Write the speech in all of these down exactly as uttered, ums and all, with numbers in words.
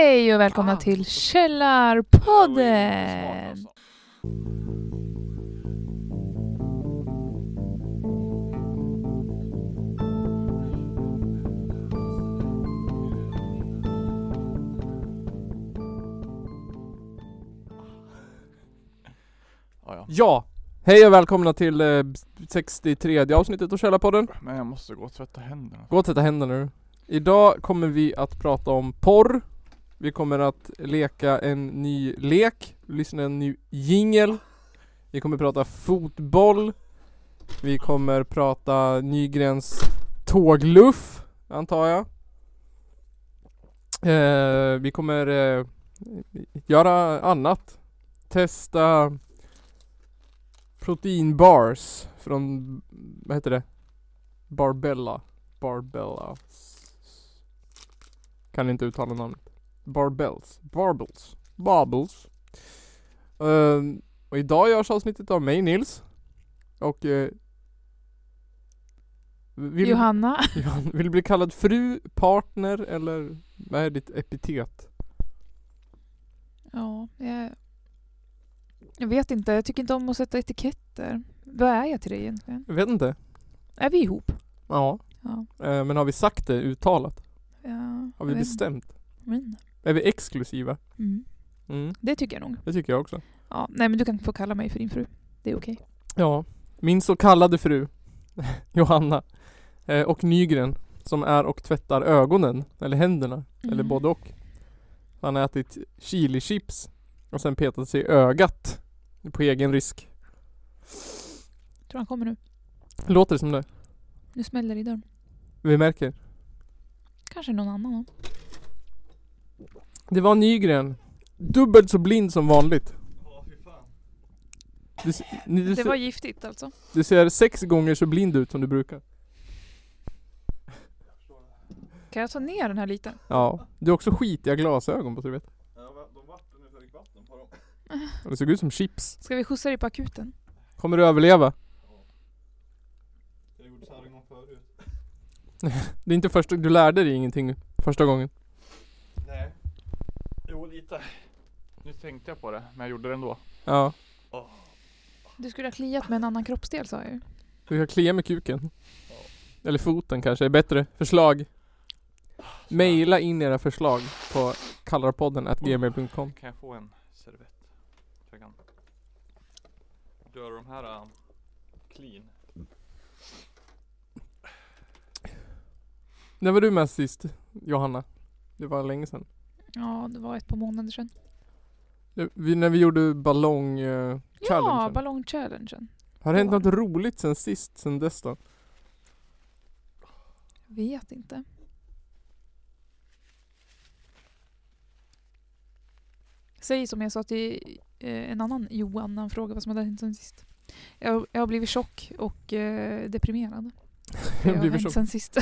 Hej och välkomna ah. till Källarpodden! Ja, hej och välkomna till eh, sextiotredje avsnittet av Källarpodden. Men jag måste gå och tvätta händerna. Gå och tvätta händerna nu. Idag kommer vi att prata om porr. Vi kommer att leka en ny lek, lyssna en ny jingle. Vi kommer prata fotboll. Vi kommer prata Nygrens tågluff, antar jag. Eh, vi kommer eh, göra annat. Testa proteinbars från, vad heter det? Barbella. Barbella. Kan inte uttala namnet. Barbells. Barbels. Barbels. Uh, och idag görs avsnittet av mig, Nils. Och uh, vill, Johanna. Vill du bli kallad fru, partner eller vad är ditt epitet? Ja, jag, jag vet inte. Jag tycker inte om att sätta etiketter. Vad är jag till dig egentligen? Jag vet inte. Är vi ihop? Ja. Ja. Uh, men har vi sagt det uttalat? Ja. Har vi bestämt? Mm. Är vi exklusiva? Mm. Mm. Det tycker jag nog. Det tycker jag också. Ja, nej men du kan få kalla mig för din fru. Det är okej. Okay. Ja, min så kallade fru Johanna eh, och Nygren som är och tvättar ögonen eller händerna mm. eller både och. Han har ätit chili chips och sen petat sig i ögat på egen risk. Tror han kommer nu. Låter det som det? Nu smäller det i dörren. Vi märker. Kanske någon annan. Det var Nygren. Dubbelt så blind som vanligt. Ja, fy fan. Du, ni, du det ser, var giftigt alltså. Du ser sex gånger så blind ut som du brukar. Kan jag ta ner den här lite? Ja. Du har också skitiga glasögon på så du vet. Ja, de vart nu för vatten på dem. Det såg ut som chips. Ska vi skjutsa dig på akuten? Kommer du överleva? Ja. Jag gjorde så här en gång förut. Det är inte första du lärde dig ingenting första gången. Nej. Jo, lite. Nu tänkte jag på det, men jag gjorde det ändå. Ja. Oh. Du skulle ha kliat med en annan kroppsdel, sa jag ju. Du ska klia med kuken. Oh. Eller foten kanske är bättre. Förslag. Maila in era förslag på kallarpodden at gmail punkt com. Kan jag få en servett? Så jag kan göra de här um, clean. När var du med sist, Johanna? Det var länge sedan. Ja, det var ett par månader sedan. Det, vi, när vi gjorde ballong uh, challengen. Ja, ballong-challengen. Har det hänt något roligt sen sist, sen dess då? Jag vet inte. Säg som jag sa till eh, en annan Johan när han frågade vad som hade hänt sen sist. Jag, jag har blivit tjock och eh, deprimerad. Det har hänt sen sist.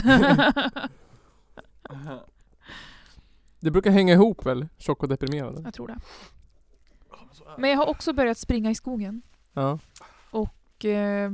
Det brukar hänga ihop väl? Tjock och deprimerad. Jag tror det. Men jag har också börjat springa i skogen. Ja. Och eh,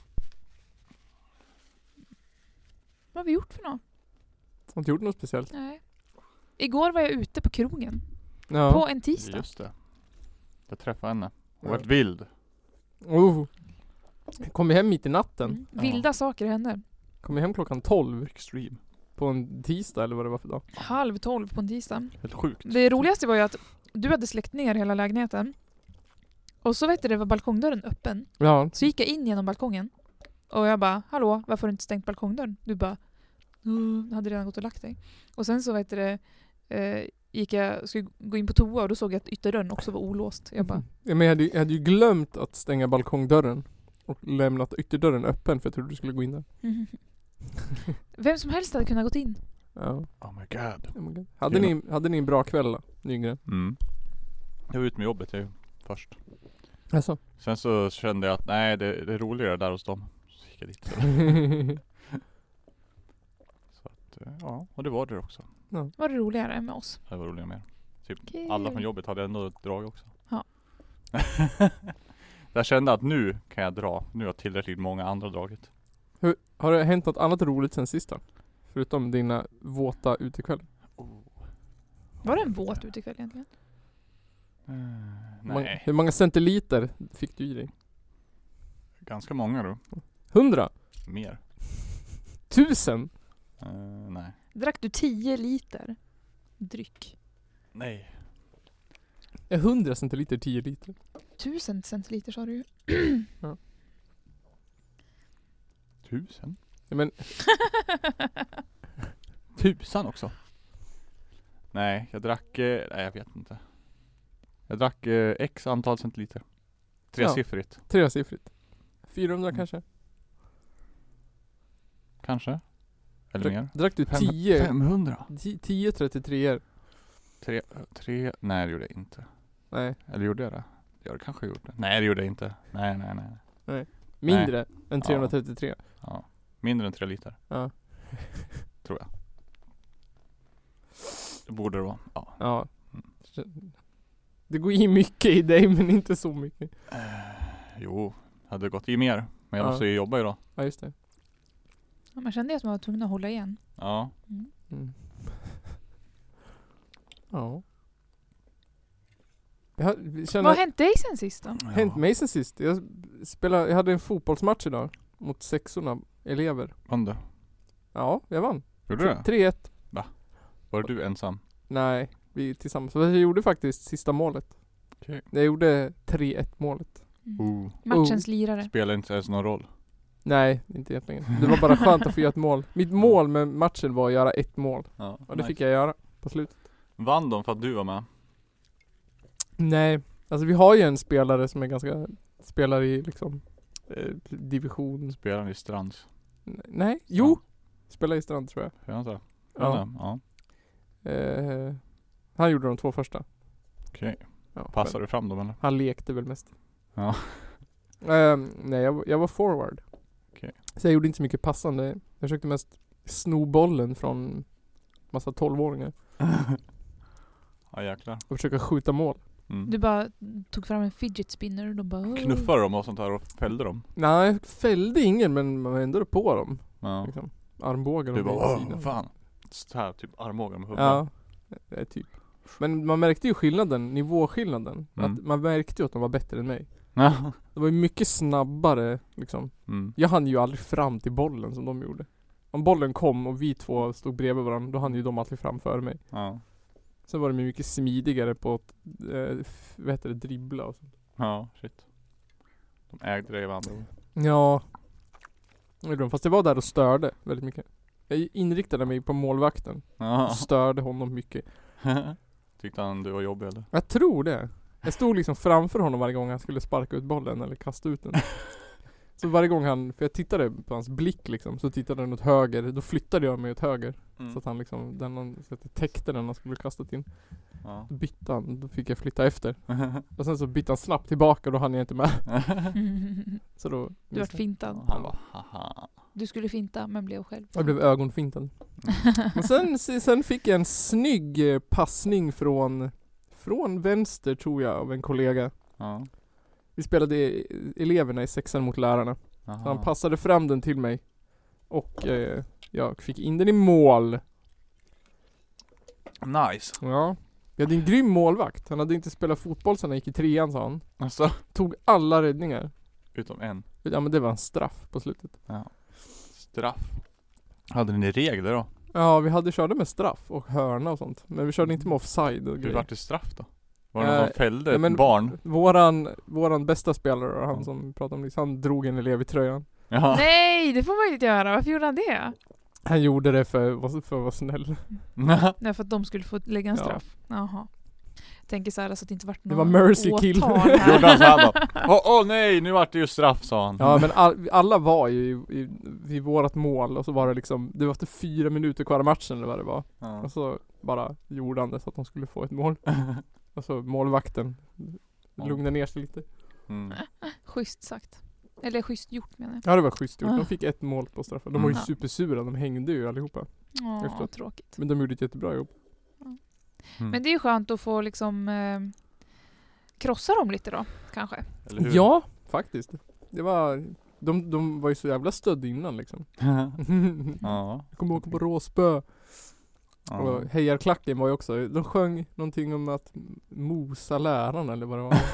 vad har vi gjort för något? Har inte gjort något speciellt? Nej. Igår var jag ute på krogen. Ja. På en tisdag. Just det. Jag träffade henne. Hon Ja. var vild. Oh. Kom vi hem mitt i natten. Mm. Vilda Ja. saker hände. Kom vi hem klockan tolv. Extreme. På en tisdag eller vad det var för dag. Halv tolv på en tisdag. Helt sjukt. Det roligaste var ju att du hade släckt ner hela lägenheten. Och så vet du, det var balkongdörren öppen. Ja. Så gick jag in genom balkongen. Och jag bara, hallå, varför har du inte stängt balkongdörren? Du bara, jag hade redan gått och lagt dig. Och sen så vet du det, eh, gick jag, skulle gå in på toa och då såg jag att ytterdörren också var olåst. Jag bara, Ja, men jag hade, jag hade ju glömt att stänga balkongdörren. Och lämnat ytterdörren öppen för jag trodde du skulle gå in där. mm. Vem som helst hade kunnat gått in. Ja. Oh my god. Oh my God. Hade, ni, hade ni en bra kväll då, Nygren? Mm. Jag var ute med jobbet jag, först. Alltså. Sen så kände jag att nej, det, det är roligare där hos dem. Så gick jag dit. Så att, ja, och det var det också. Ja. Var det roligare med oss? Det var roligare mer. Typ Okay. alla från jobbet hade ändå ett drag också. Ja. Jag kände att nu kan jag dra. Nu har tillräckligt många andra draget. Hur, har det hänt något annat roligt sen sist då? Förutom dina våta utekvällar? Oh. Var det en våt utekväll egentligen? Uh, Mång- nej, Hur många centiliter fick du i dig? ganska många då. Hundra? Mer. Tusen? Uh, nej. Drack du tio liter dryck? Nej. Är hundra centiliter tio liter? Tusen centiliter sa du ju. Tusen? Ja, men Tusan också? Nej, jag drack... Eh, nej, jag vet inte. Jag drack eh, x antal centiliter. Tresiffrigt. tresiffrigt. fyrahundra Mm. kanske? Kanske. Eller Drack, mer. drack du Fem- tio? femhundra? tio trettiotre? Tre, tre... Nej, det gjorde jag inte. Nej, Eller gjorde jag det? Ja, det kanske jag gjorde. Nej, det gjorde jag inte. Nej, nej, nej. mindre än trehundratrettiotre. Ja. Mindre än tre liter. Ja. Tror jag. Det borde det vara. Ja. Ja. Det går i mycket i dig men inte så mycket. Eh, jo, hade gått i mer. Men jag Ja. måste ju jobba idag. Ja, just det. Ja, man kände att man var tvungen att hålla igen. Ja. Mm. Mm. Ja. Jag har, känner, Vad har hänt dig sen sist då? hänt mig sen sist? Jag, spelade, jag hade en fotbollsmatch idag mot sexorna elever. Vann du? Ja, jag vann. Gjorde du det? tre ett. Var du ensam? Nej, vi tillsammans. Jag gjorde faktiskt sista målet. Okej. Jag gjorde tre ett målet. Mm. Oh. Matchens lirare. Spelar inte ens någon roll. Nej, inte egentligen. Det var bara skönt att få göra ett mål. Mitt mål med matchen var att göra ett mål. Ja. Och det fick jag göra på slutet. Vann de för att du var med? Nej, alltså vi har ju en spelare som är ganska, spelar i liksom eh, division. Spelar han i Strands? Nej, jo! Spelar i Strand tror jag. Gör han så? Ja. Ja. Eh, han gjorde de två första. Okej. Ja, Passar du fram dem eller? Han lekte väl mest. Ja. Eh, nej, jag, jag var forward. Okej. Så jag gjorde inte så mycket passande. Jag försökte mest sno bollen från massa tolvåringar. Ja, jäklar. Och försöka skjuta mål. Mm. Du bara tog fram en fidget spinner och de bara... "Åh." Knuffade de och sånt här och fällde dem? Nej, jag fällde ingen men man var ändå på dem. Ja. Liksom. Armbågar Du och bara, grejer åh, sidan. vad fan. Så här, typ armbågar med huvudet. Ja, eh, typ. Men man märkte ju skillnaden, nivåskillnaden. Mm. Att man märkte ju att de var bättre än mig. Ja. Det var ju mycket snabbare liksom. Mm. Jag hann ju aldrig fram till bollen som de gjorde. Om bollen kom och vi två stod bredvid varandra, då hann ju de alltid fram före mig. Ja. Sen var de ju mycket smidigare på att, eh, f- vad heter det, dribbla och sånt. Ja, shit. De ägde det i andra ord. Ja. Det gjorde de. Fast det var där och störde väldigt mycket. Jag inriktade mig på målvakten. Ja. Och störde honom mycket. Tyckte han du var jobbig eller? Jag tror det. Jag stod liksom framför honom varje gång han skulle sparka ut bollen eller kasta ut den. Så varje gång han, för jag tittade på hans blick liksom, så tittade han åt höger, då flyttade jag mig åt höger. Mm. Så att han liksom, den han, så att det täckte den han skulle kastat in. Ja. Då bytte han, då fick jag flytta efter. Och sen så bytte han snabbt tillbaka och då hann jag inte med. Så då... Du vart fintad. Han bara, haha. Du skulle finta men blev själv. Jag blev ögonfintad. Men sen, sen fick jag en snygg eh, passning från, från vänster tror jag av en kollega. Ja. Vi spelade e- eleverna i sexan mot lärarna. Så han passade fram den till mig. Och eh, jag fick in den i mål. Nice. Ja. Vi hade en grym målvakt. Han hade inte spelat fotboll sedan han gick i trean sa han. Alltså, Tog alla räddningar. utom en. Ja men det var en straff på slutet. Ja. Straff. Hade ni regler då? Ja vi hade körde med straff och hörna och sånt. Men vi körde inte med offside och Hur grejer. vart det straff då? Var det någon Eh, som fällde ja, ett men- barn? Våran, våran bästa spelare, han Ja. som pratade om det, han drog en elev i tröjan. Ja. Nej, det får man ju inte göra. Varför gjorde han det? Han gjorde det för, för att vara snäll. Nej, för att de skulle få lägga en Ja. straff. Jaha. Jag tänker så här så att det inte vart Det någon var mercy kill. åtal Gjorde här. han såhär då? Åh oh, oh, nej, nu vart det ju straff sa han. Ja men all, alla var ju i, i, i vårat mål och så var det liksom, det var efter fyra minuter kvar i matchen eller vad det var. Ja. Och så bara gjorde han det så att de skulle få ett mål. Och så målvakten Ja. lugnade ner sig lite. Mm. Schysst sagt. Eller schysst gjort menar jag. Ja det var schysst gjort. Ah. De fick ett mål på straffen. De var ju Mm. supersura, de hängde ju allihopa. Åh, Efteråt. tråkigt. Men de gjorde ett jättebra jobb. Mm. Men det är ju skönt att få liksom eh, krossa dem lite då, kanske. Eller hur? Ja, faktiskt. Det var, de, de var ju så jävla stödd innan liksom. Ja. Jag kommer åka på råspö. Ja. Och hejarklacken var ju också, de sjöng någonting om att mosa läraren eller vad det var.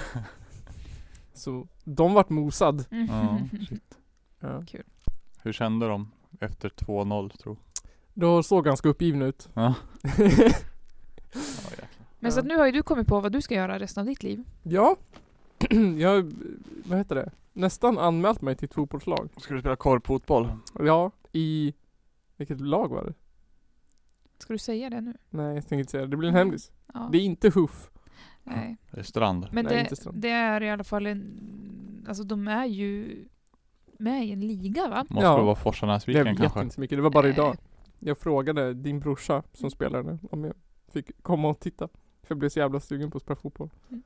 Så de vart mosad. Mm. Ja, shit. Ja. Kul. Hur kände de efter två noll tror Då såg ganska uppgivna ut. Ja. Ja, jäklar. Men så att nu har ju du kommit på vad du ska göra resten av ditt liv. Ja, jag, vad heter det? Nästan anmält mig till ett fotbollslag. Ska du spela korpfotboll? Ja, i, vilket lag var det? Ska du säga det nu? Nej, jag tänker inte säga det. Det blir en hemlis. Ja. Det är inte Huff. Nej. Det är Strand. Men Nej, det, inte Strand. det är i alla fall en... Alltså de är ju med i en liga, va? Måste Ja. det vara Jag Forsa-Näsviken vet kanske? inte så mycket. Det var bara Nej. idag. Jag frågade din brorsa som spelade om jag fick komma och titta. För jag blev så jävla sugen på att spela fotboll. Mm.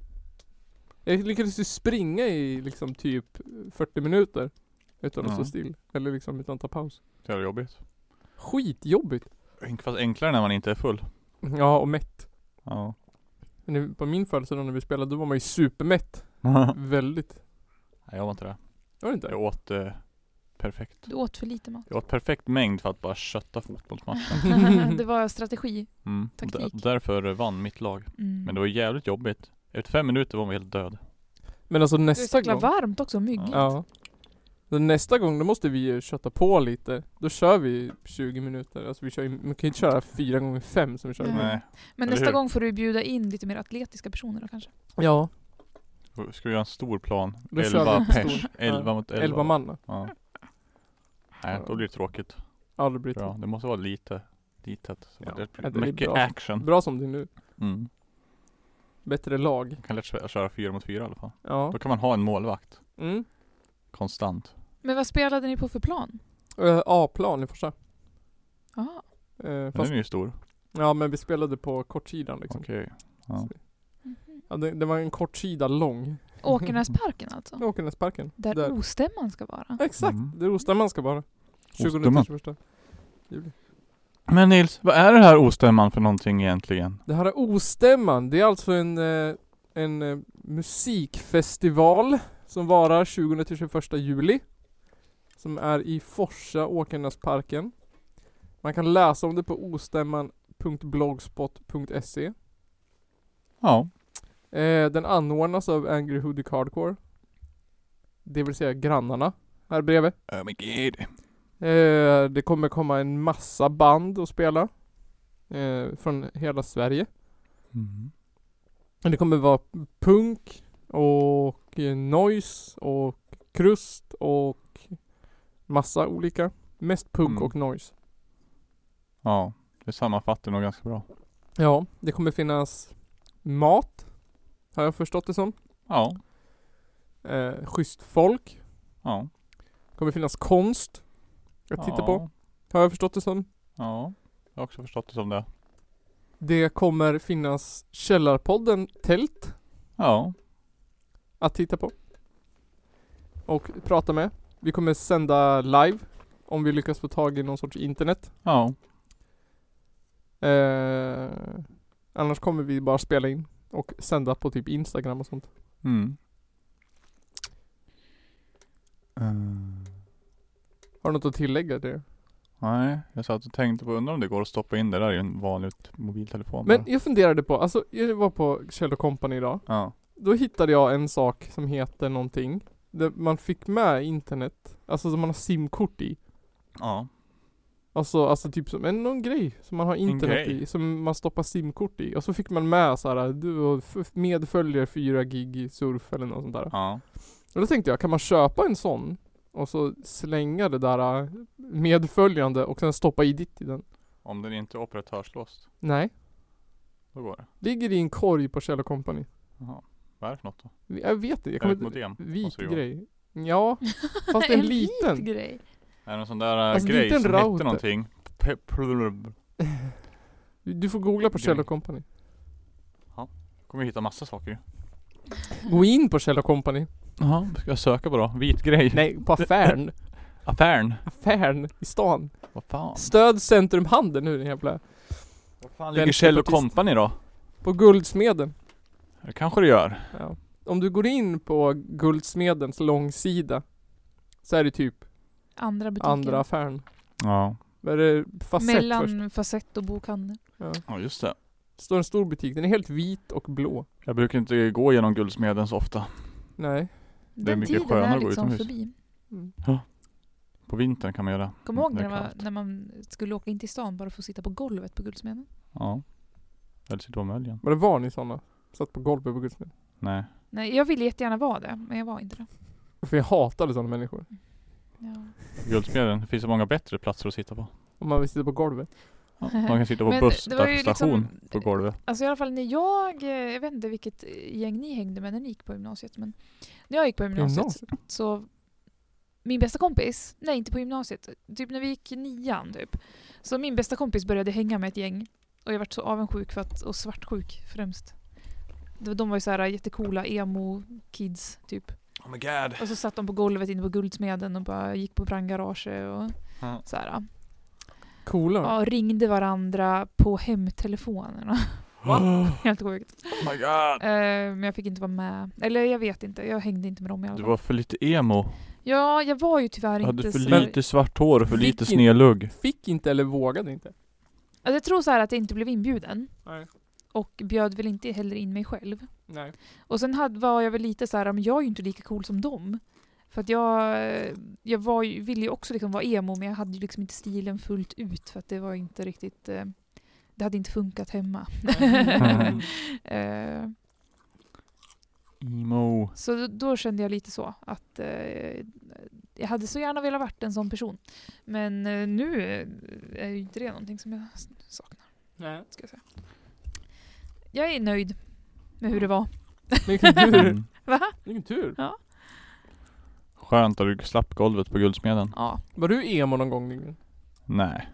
Jag lyckades ju springa i liksom typ fyrtio minuter. Utan att Ja. stå still. Eller liksom utan att ta paus. Det är jobbigt. Skitjobbigt. Fast enklare när man inte är full. Ja, och mätt. Ja. Men på min födelsedag när vi spelade, då var man ju supermätt. Väldigt. Nej, jag var inte det. Var det inte? Jag åt eh, perfekt. Du åt för lite mat. Jag åt perfekt mängd för att bara kötta fotbollsmatchen. Det var strategi. Mm. Taktik. D- därför vann mitt lag. Mm. Men det var jävligt jobbigt. Efter fem minuter var man helt död. Men alltså det är nästa så jäkla gång. varmt också, myggigt. Ja. Så nästa gång då måste vi ju kötta på lite. Då kör vi tjugo minuter. Alltså vi kör ju, man kan ju inte köra fyra gånger fem som vi kör. Mm. Nej. Men Eller nästa hur? gång får du bjuda in lite mer atletiska personer då kanske. Ja. Då ska vi göra en stor plan. Då kör elva vi en pers. stor. elva Ja. mot elva. Elva manna. Ja. Nej, då blir det tråkigt. Ja, det blir Tror jag. Det måste vara lite litet. Så Ja, det det blir är mycket bra. action. Bra som det är nu. Mm. Bättre lag. Man kan lätt kö- köra fyra mot fyra i alla fall. Ja. Då kan man ha en målvakt. Mm. Konstant. Men vad spelade ni på för plan? Uh, A-plan i första. Jaha. Uh, Men fast, den är ju stor. ja men vi spelade på kortsidan liksom. Okej. Ja. Så- Ja, det, det var en kortsida lång. Åkernäsparken alltså? Åkernäsparken. Där, Där. ostämman ska vara. Exakt, Mm. det är Ostämman ska vara. tjugonde Ostämman. till tjugoförsta juli. Men Nils, vad är det här ostämman för någonting egentligen? Det här är Ostämman. Det är alltså en, eh, en eh, musikfestival som varar tjugonde till tjugoförsta juli. Som är i Forsa, Åkernäsparken. Man kan läsa om det på ostämman punkt blogspot punkt se. Ja. Eh, den anordnas av Angry Hoodic Hardcore. Det vill säga grannarna här bredvid. Oh my god. Eh, det kommer komma en massa band att spela. Eh, från hela Sverige. Mm. Men det kommer vara punk och eh, noise och krust och massa olika. Mest punk Mm. och noise. Ja, det sammanfattar nog ganska bra. Ja, det kommer finnas mat. Har jag förstått det som. Ja. Eh, schysst folk. Ja. Det kommer finnas konst att titta på. Har jag förstått det som. Ja, jag har också förstått det som det. Det kommer finnas Källarpodden tält Ja. att titta på. Och prata med. Vi kommer sända live. Om vi lyckas få tag i någon sorts internet. Ja. Eh, annars kommer vi bara spela in. Och sända på typ Instagram och sånt. Mm. Uh. Har du något att tillägga det? Nej, jag satt och tänkte på, undrar om det går att stoppa in det där i en vanlig mobiltelefon. Men bara. jag funderade på, alltså jag var på Kjell Company idag. Ja. Då hittade jag en sak som heter någonting. Där man fick med internet. Alltså som man har simkort i. Ja. Alltså, alltså typ som en någon grej som man har internet grej. i. Som man stoppar simkort i. Och så fick man med så här, du f- medföljer fyra gig i surf eller något sånt där. Ja. Och då tänkte jag, kan man köpa en sån? Och så slänga det där äh, medföljande och sen stoppa i ditt i den? Om den inte är operatörslåst, Nej. då går det. Ligger i en korg på Kjell Company. Jaha. Vad är det för något då? Jag vet inte. Jag Är det ett kommer modem? Vit Måste det vara. grej. Ja, fast en, liten. vit grej. Är det någon sån där Alltså, det är grej inte en som router. hette någonting? Pe- plurb. Du, du får googla på Grej. Kjell Company. Kommer vi hitta massa saker. Gå in på Kjell Company. Jaha, ska jag söka på då? Vit grej. Nej, på affären. Affären. Affären i stan. Vad fan? Stöd Centrum Handel nu den jävla. Vad fan ligger Kjell och Company då? På Guldsmeden. Det kanske det gör. Ja. Om du går in på Guldsmedens långsida så är det typ Andra butiker. andra affären. Ja. Vad är det? Facett Mellan först. Facett och bokhandel. Ja. Ja, just det. Står en stor butik. Den är helt vit och blå. Jag brukar inte gå genom Guldsmeden så ofta. Nej. Det är Den mycket tiden skönare är att gå liksom utomhus. förbi. Mm. På vintern kan man göra. Kommer du ihåg Det när, är det var, kallt. när man skulle åka in till stan bara för att sitta på golvet på Guldsmeden? Ja. Eller sitta på Möljen. Var det var ni sådana? Satt på golvet på Guldsmeden. Nej. Nej, jag ville jättegärna vara det, men jag var inte det. För jag hatade sådana människor. Ja. Guldsmeden, det finns så många bättre platser att sitta på. Om man vill sitta på golvet. Ja, man kan sitta på Men det var ju busstation liksom- på golvet. Alltså i alla fall när jag, eh, jag vet inte vilket gäng ni hängde med när ni gick på gymnasiet, men när jag gick på gymnasiet, Gymnasiet? så min bästa kompis, nej inte på gymnasiet, typ när vi gick nian typ, så min bästa kompis började hänga med ett gäng och jag vart så avundsjuk för att, och svartsjuk främst. Det var- De var ju så här jättecoola emo-kids typ. Oh my god. Och så satt de på golvet inne på Guldsmeden och bara gick på brandgarage och Ja. så här. Coola. Ja, och ringde varandra på hemtelefonerna. Helt sjukt. Oh my god. Eh, men jag fick inte vara med. Eller jag vet inte, jag hängde inte med dem i alla Du fall. var för lite emo. Ja, jag var ju tyvärr Du hade inte för så... lite svart hår och för Fick lite inte- snedlugg. Fick inte eller vågade inte. Alltså, jag tror så här att jag inte blev inbjuden. Nej. Och bjöd väl inte heller in mig själv. Nej. Och sen hade, var jag väl lite så här, men jag är ju inte lika cool som dem. För att jag, jag var ju, ville ju också liksom vara emo, men jag hade ju liksom inte stilen fullt ut. För att det var inte riktigt... Eh, det hade inte funkat hemma. Mm. eh, Emo. Så då, då kände jag lite så att eh, jag hade så gärna velat varit en sån person. Men eh, nu är ju inte det någonting som jag s- saknar, Nej. ska jag säga. Jag är nöjd med hur det var. Vilken tur. Mm. Va? Vilken tur. Skönt att du slapp golvet på Guldsmeden. Ja. Var du emo någon gång, Nygren? Nej.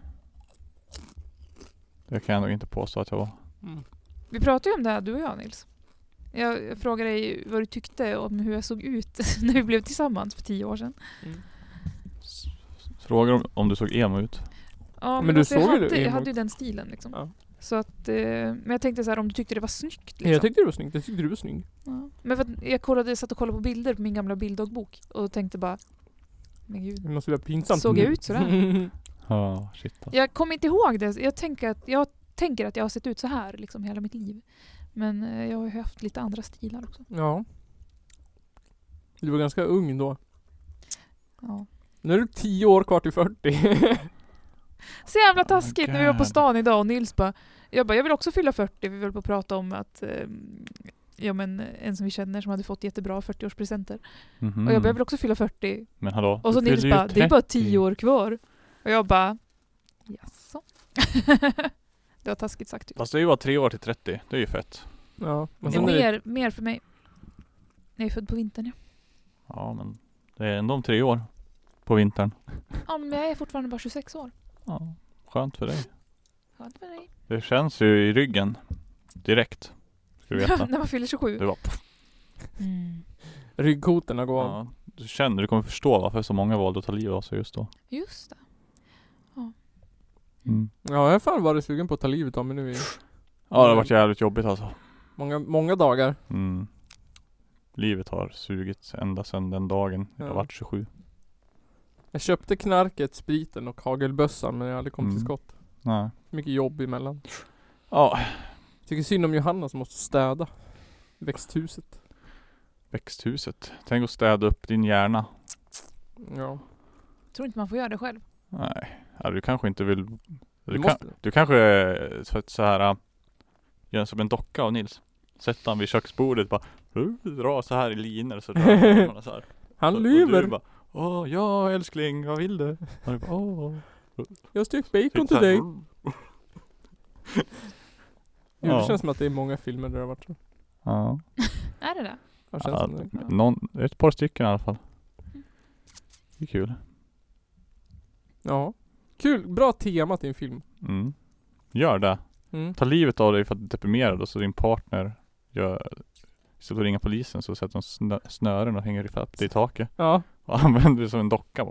Det kan jag nog inte påstå att jag var. Mm. Vi pratade ju om det här, du och jag, Nils. Jag, jag frågade dig vad du tyckte om hur jag såg ut när vi blev tillsammans för tio år sedan. Mm. Frågar om, om du såg emo ut. Ja, men, Men du alltså, jag, såg ju hade, det jag emo hade ju ut. den stilen liksom. Ja. Så att, eh, men jag tänkte så här, om du tyckte det var snyggt liksom. Jag tyckte det var snyggt. Jag tyckte du var snygg. Ja. Men för att jag kollade, satt och kollade på bilder på min gamla bilddaggbok och tänkte bara, men gud, Det måste vara pinsamt. såg jag ut sådär? Ja, shit alltså. Jag kommer inte ihåg det. Jag tänker att jag, tänker att jag har sett ut så här liksom hela mitt liv. Men eh, jag har ju haft lite andra stilar också. Ja. Du var ganska ung då. Ja. Nu är du tio år kvar till fyrtio. Så jävla Oh my taskigt när vi var på God. stan idag och Nils bara, jag bara, jag vill också fylla fyrtio. Vi höll på att prata om att eh, ja, men en som vi känner som hade fått jättebra fyrtioårspresenter. Mhm. Och jag bara, jag vill också fylla fyrtio. Men hallå, Och så du Nils fyller ju bara, det är bara trettio. tio år kvar. Och jag bara, jaså? Det var taskigt sagt. Typ. Fast det är ju bara tre år till trettio. Det är ju fett. Ja. Men Men sen är det, mer, mer för mig. Jag är född på vintern, ja. Ja, men det är ändå om tre år. På vintern. Ja, men jag är fortfarande bara tjugosex år. Ja, skönt för dig. Skönt för dig. Det känns ju i ryggen. Direkt. Ska du veta. När man fyller tjugosju. Det var, Mm. ryggkotorna går av. ja, du känner, du kommer förstå varför så många valde att ta livet av sig just då. Just det. Mm. Ja, jag har fan varit sugen på att ta livet av mig nu i Ja, det har varit jävligt jobbigt alltså. många, många dagar. Mm. Livet har sugit ända sedan den dagen jag Ja. vart tjugosju. Jag köpte knarket, spriten och hagelbössan, men jag hade kommit till Mm. skott. Nej. Mycket jobb emellan. Ja, Tycker synd om Johanna som måste städa växthuset. växthuset. Tänk att städa upp din hjärna. Ja. Tror inte man får göra det själv. Nej, ja, du kanske inte vill. Du Du, kan, måste. du kanske eh, så, så här äh, gör som en docka av Nils. Sätter han vid köksbordet bara uh, dra så här i linor så drar han så här. Han Och- och lyver. du bara, åh ja älskling, vad vill du? Och du bara, åh. Jag har stekt bacon Sitter till så här, dig. Jo, det Ja. känns som att det är många filmer där det har varit så. Ja. Är det det? Ja, känns Ja, som det. någon, ett par stycken i alla fall. Det är kul. Ja. Kul, bra tema till en film. Mm. Gör det. Mm. Ta livet av dig för att du är deprimerad och så din partner gör, istället för att ringa polisen så sätter de snö, snören och hänger fast dig i taket. Ja. Och använder det som en docka.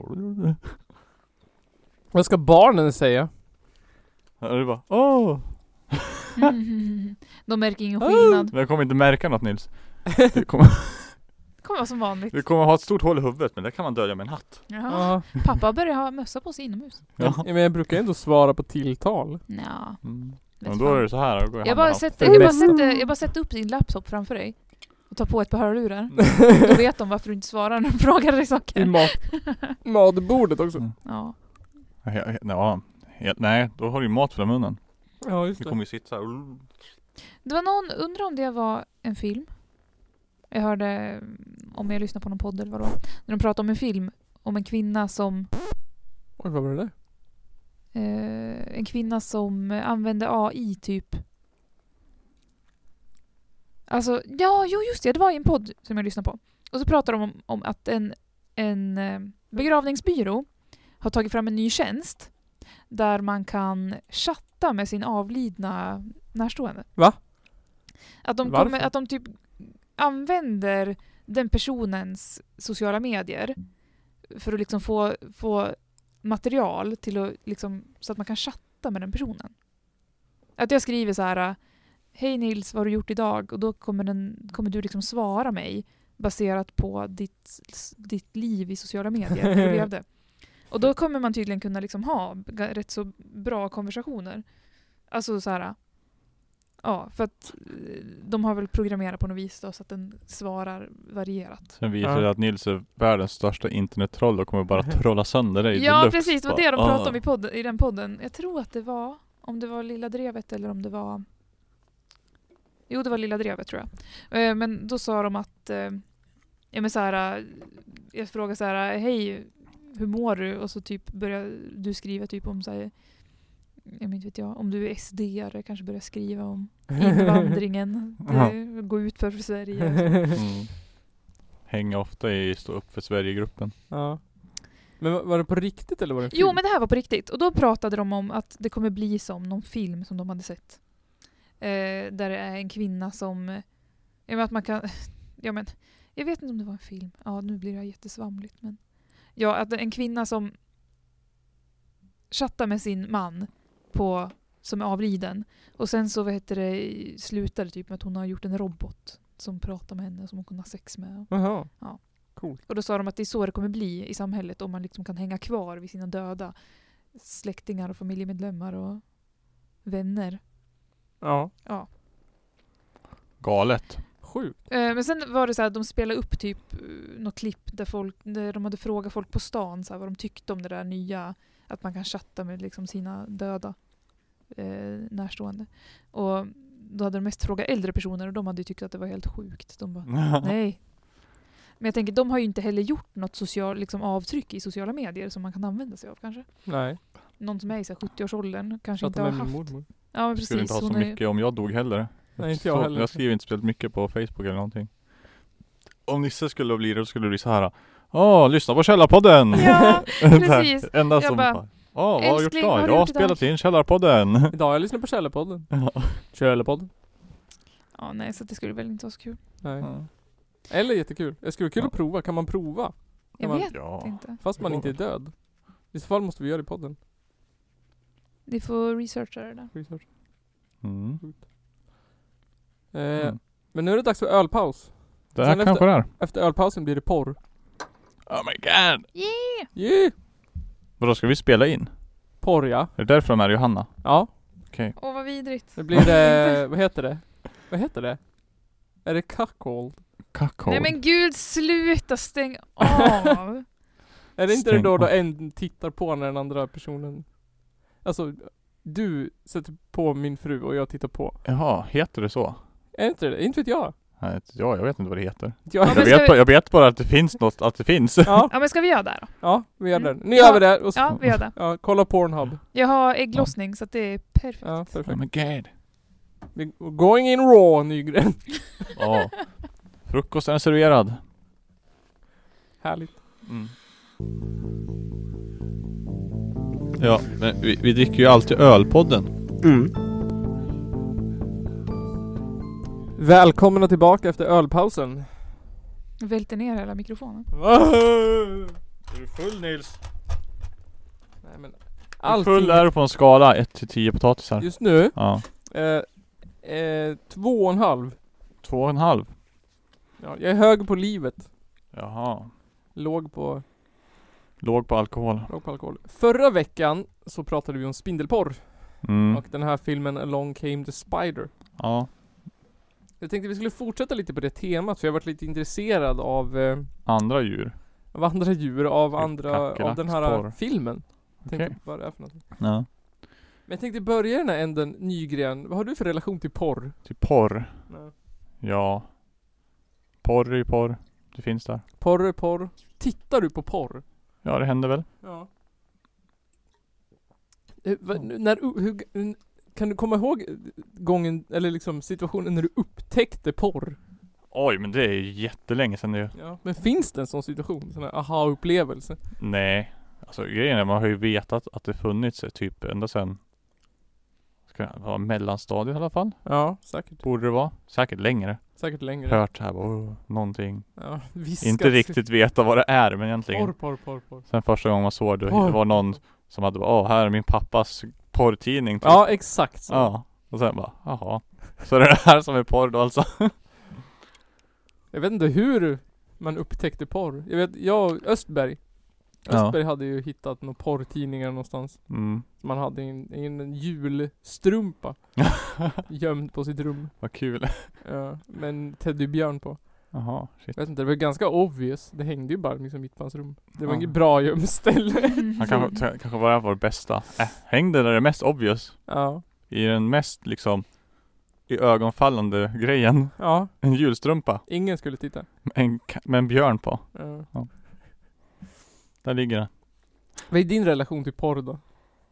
Vad ska barnen säga? Och du bara, åh! Mm. De märker ingen skillnad. Men jag kommer inte märka något Nils. Det kommer, kommer vara som vanligt. Du kommer ha ett stort hål i huvudet, men det kan man dölja med en hatt. Jaha. Ja. Pappa börjar ha mössa på sig inomhus. Ja. Men jag brukar ändå svara på tilltal. Ja. Mm. vet Men då fan. är det så här. Då går Jag bara handen sätter, För jag bara mest- sätter, jag bara sätter upp din laptop framför dig. Och tar på ett par hörlurar. Då vet de varför du inte svarar när de frågar dig I saker. mat, matbordet också. Mm. Ja. Ja, ja, ja, helt, nej, då har du ju mat för munnen. Ja, just Vi det. kommer ju sitta så här. Det var någon, undrar om det var en film. Jag hörde, mm, om jag lyssnade på någon podd eller vadå. När de pratade om en film. Om en kvinna som Oj, vad var det där? eh, en kvinna som eh, använde A I typ. Alltså, ja, jo just det. Det var i en podd som jag lyssnade på. Och så pratade de om, om att en, en eh, begravningsbyrå har tagit fram en ny tjänst. Där man kan chatta med sin avlidna närstående. Va? Att de, Varför? kommer, att de typ använder den personens sociala medier för att liksom få, få material till att liksom, så att man kan chatta med den personen. Att jag skriver så här: hej Nils, vad har du gjort idag? Och då kommer, den, kommer du liksom svara mig baserat på ditt, ditt liv i sociala medier, hur du levde. Och då kommer man tydligen kunna liksom ha g- rätt så bra konversationer. Alltså så här. Ja, för att eh, de har väl programmerat på något vis då, så att den svarar varierat. Sen visar Ja. det att Nils är världens största internettroll och kommer bara trolla sönder dig. Ja, deluxe. precis. Det var Bara, det de pratade ah. om i, podden, i den podden. Jag tror att det var, om det var Lilla Drevet eller om det var... Jo, det var Lilla Drevet tror jag. Eh, Men då sa de att... eh, Ja, men så här, eh, jag frågade så här: hej, hur mår du? Och så typ börjar du skriva typ om så här, jag vet inte vet jag, om du är S D-are, kanske börja skriva om invandringen. Det går ut för, för Sverige. Mm. Hänger ofta i stå upp för Sverige-gruppen. Ja. Men var var det på riktigt eller var det en film? Jo, men det här var på riktigt. Och då pratade de om att det kommer bli som någon film som de hade sett. Eh, där det är en kvinna som... eh, Ja, men att man kan... Ja, men... Jag vet inte om det var en film. Ja, nu blir det här jättesvamligt. Men... Ja, att en kvinna som chattar med sin man på, som är avliden. Och sen så vad heter det, slutar det typ med att hon har gjort en robot som pratar med henne som hon kan ha sex med. Jaha. Ja. Coolt. Och då sa de att det är så det kommer bli i samhället om man liksom kan hänga kvar vid sina döda släktingar och familjemedlemmar och vänner. Ja. Ja. Galet. Sjukt. Eh, men sen var det så här att de spelade upp typ eh, något klipp där, folk, där de hade frågat folk på stan så här, vad de tyckte om det där nya, att man kan chatta med liksom sina döda eh, närstående. Och då hade de mest frågat äldre personer och de hade ju tyckt att det var helt sjukt. De bara, nej. Men jag tänker, de har ju inte heller gjort något social, liksom, avtryck i sociala medier som man kan använda sig av kanske. Nej. Någon som är i så här sjuttio-årsåldern kanske Chatta inte har med min haft. mormor. Ja, men Jag skulle precis. inte ha så Hon är, mycket om jag dog heller. Nej, inte jag Så, heller. Jag skriver inte speciellt mycket på Facebook eller någonting. Om Nisse skulle bli det, då skulle det bli så här. Åh, lyssna på Källarpodden! Ja, precis. Enda Jag som bara, bara, åh, vad har du gjort älskling, idag? vad har du Jag har gjort idag?" spelat in Källarpodden. Idag har jag lyssnat på Källarpodden. Ja. Källarpodden. Ja, nej, så det skulle väl inte vara så kul. Nej. Ja. Eller jättekul. Det skulle vara kul Ja. att prova. Kan man prova? Jag man- vet Ja. inte. Fast man inte är död. I så fall måste vi göra det i podden. Ni får researcha det där. Research. Mm. Eh, Mm. Men nu är det dags för ölpaus. Det här Sen kanske det är. Efter ölpausen blir det porr. Oh my god! Yeah! Yeah! Vadå, ska vi spela in? Porr, ja. Är det därför de är i Johanna? Ja. Okej. Åh, vad vidrigt. Det blir det... vad heter det? Vad heter det? Är det cuckold? Kackhål. Nej men gud, sluta, stäng av. Är det inte Stäng det då, då av. en tittar på när den andra personen... Alltså, du sätter på min fru och jag tittar på. Jaha, heter det så? Är det inte det? Inte vet jag. Nej, inte jag, jag vet inte vad det heter. Jag, Ja, Jag men ska vet, vi- bara, jag vet bara att det finns något, att det finns. ja, Ja, men ska vi göra det då? ja, vi gör det. Mm. Nu Ja. gör vi det. Och så, Ja, vi gör det. ja, kolla Pornhub. Jag har ägglossning så att det är perfekt. Ja, Oh perfekt. my god. Vi, going in raw, Nygren. Ja. Frukosten är serverad. Härligt. Mm. Ja, men vi, vi dricker ju alltid ölpodden. Mm. Välkomna tillbaka efter ölpausen. Välter ner hela mikrofonen. Är du full, Nils? Nej, men Hur allting, full är du på en skala ett till tio potatisar? just nu, Ja. eh, eh, två och en halv. Två och en halv. Ja, jag är hög på livet. Jaha. Låg på, Låg på alkohol. låg på alkohol. Förra veckan så pratade vi om spindelporr. Mm. Och den här filmen Along Came the Spider. Ja. Jag tänkte vi skulle fortsätta lite på det temat, för jag har varit lite intresserad av, eh, Andra djur. av andra djur, av Typ andra, av den här kackerlacksporr. filmen. Jag tänkte Okej. vad det är för någonting. Ja. Men jag tänkte börja i den här änden, Nygren. Vad har du för relation till porr? Till porr. Nej. Ja. Porr är ju porr. Det finns där. Porr är porr. Tittar du på porr? Ja, det händer väl. Ja. Eh, va, när, u- hur, n- kan du komma ihåg gången, eller liksom situationen när du upptäckte porr? Oj, men det är jättelänge sedan det. Ja. Men finns det en sån situation? Sån här aha-upplevelse? Nej. Alltså grejen är, man har ju vetat att det funnits typ ända sedan, ska det vara mellanstadiet i alla fall. Ja, säkert. Borde det vara. Säkert längre. Säkert längre. Hört här, oh, någonting. Ja, viskat. Inte riktigt veta vad det är, men egentligen. Porr, porr, porr, porr. Sen första gången man såg det, Porr. det var någon som hade bara, åh, här är min pappas porrtidning. Typ. Ja, exakt så. Ja. Och sen bara, jaha. Så det är det här som är porr då alltså. Jag vet inte hur man upptäckte porr. Jag vet, jag och Östberg. Ja. Östberg hade ju hittat några porrtidningar någonstans. Mm. Som man hade i en, i en julstrumpa. Gömd på sitt rum. Vad kul. Ja, med en teddybjörn på. Jaha, shit. Jag vet inte, det var ganska obvious. Det hängde ju bara liksom mitt på hans rum. Det var Ja. inget bra gömställe. Han kanske, t- kanske var vår bästa. Äh, hängde där det är mest obvious. Ja. I den mest liksom i ögonfallande grejen. Ja, En julstrumpa. ingen skulle titta. Med en, ka- med en björn på. Ja. Där ligger den. Vad är din relation till porr då?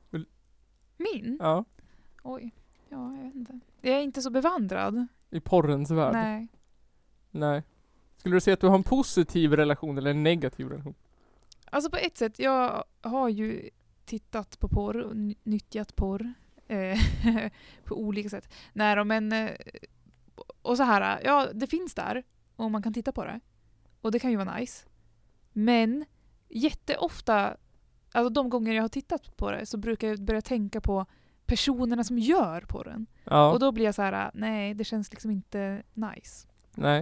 Min? Ja. Oj. Ja, jag vet inte. Jag är inte så bevandrad. I porrens värld? Nej. Nej. Skulle du säga att du har en positiv relation eller en negativ relation? Alltså på ett sätt, jag har ju tittat på porr och ny- nyttjat porr. Eh, på olika sätt. Nej då, men eh, och så här, ja det finns där och man kan titta på det. Och det kan ju vara nice. Men jätteofta, alltså de gånger jag har tittat på det så brukar jag börja tänka på personerna som gör porren. Ja. Och då blir jag så här, nej det känns liksom inte nice. Nej.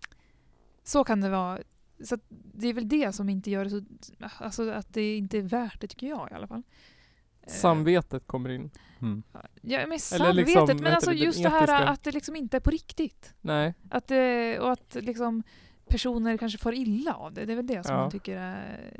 Så kan det vara. Så att det är väl det som inte gör det så, alltså att det inte är värt det tycker jag i alla fall. Eh, Samvetet kommer in. Mm. Ja, men Eller samvetet, liksom, vad men heter alltså det, den just det här etiska- att det liksom inte är på riktigt. Nej. Att det, och att liksom personer kanske får illa av det. Det är väl det som Ja. man tycker är,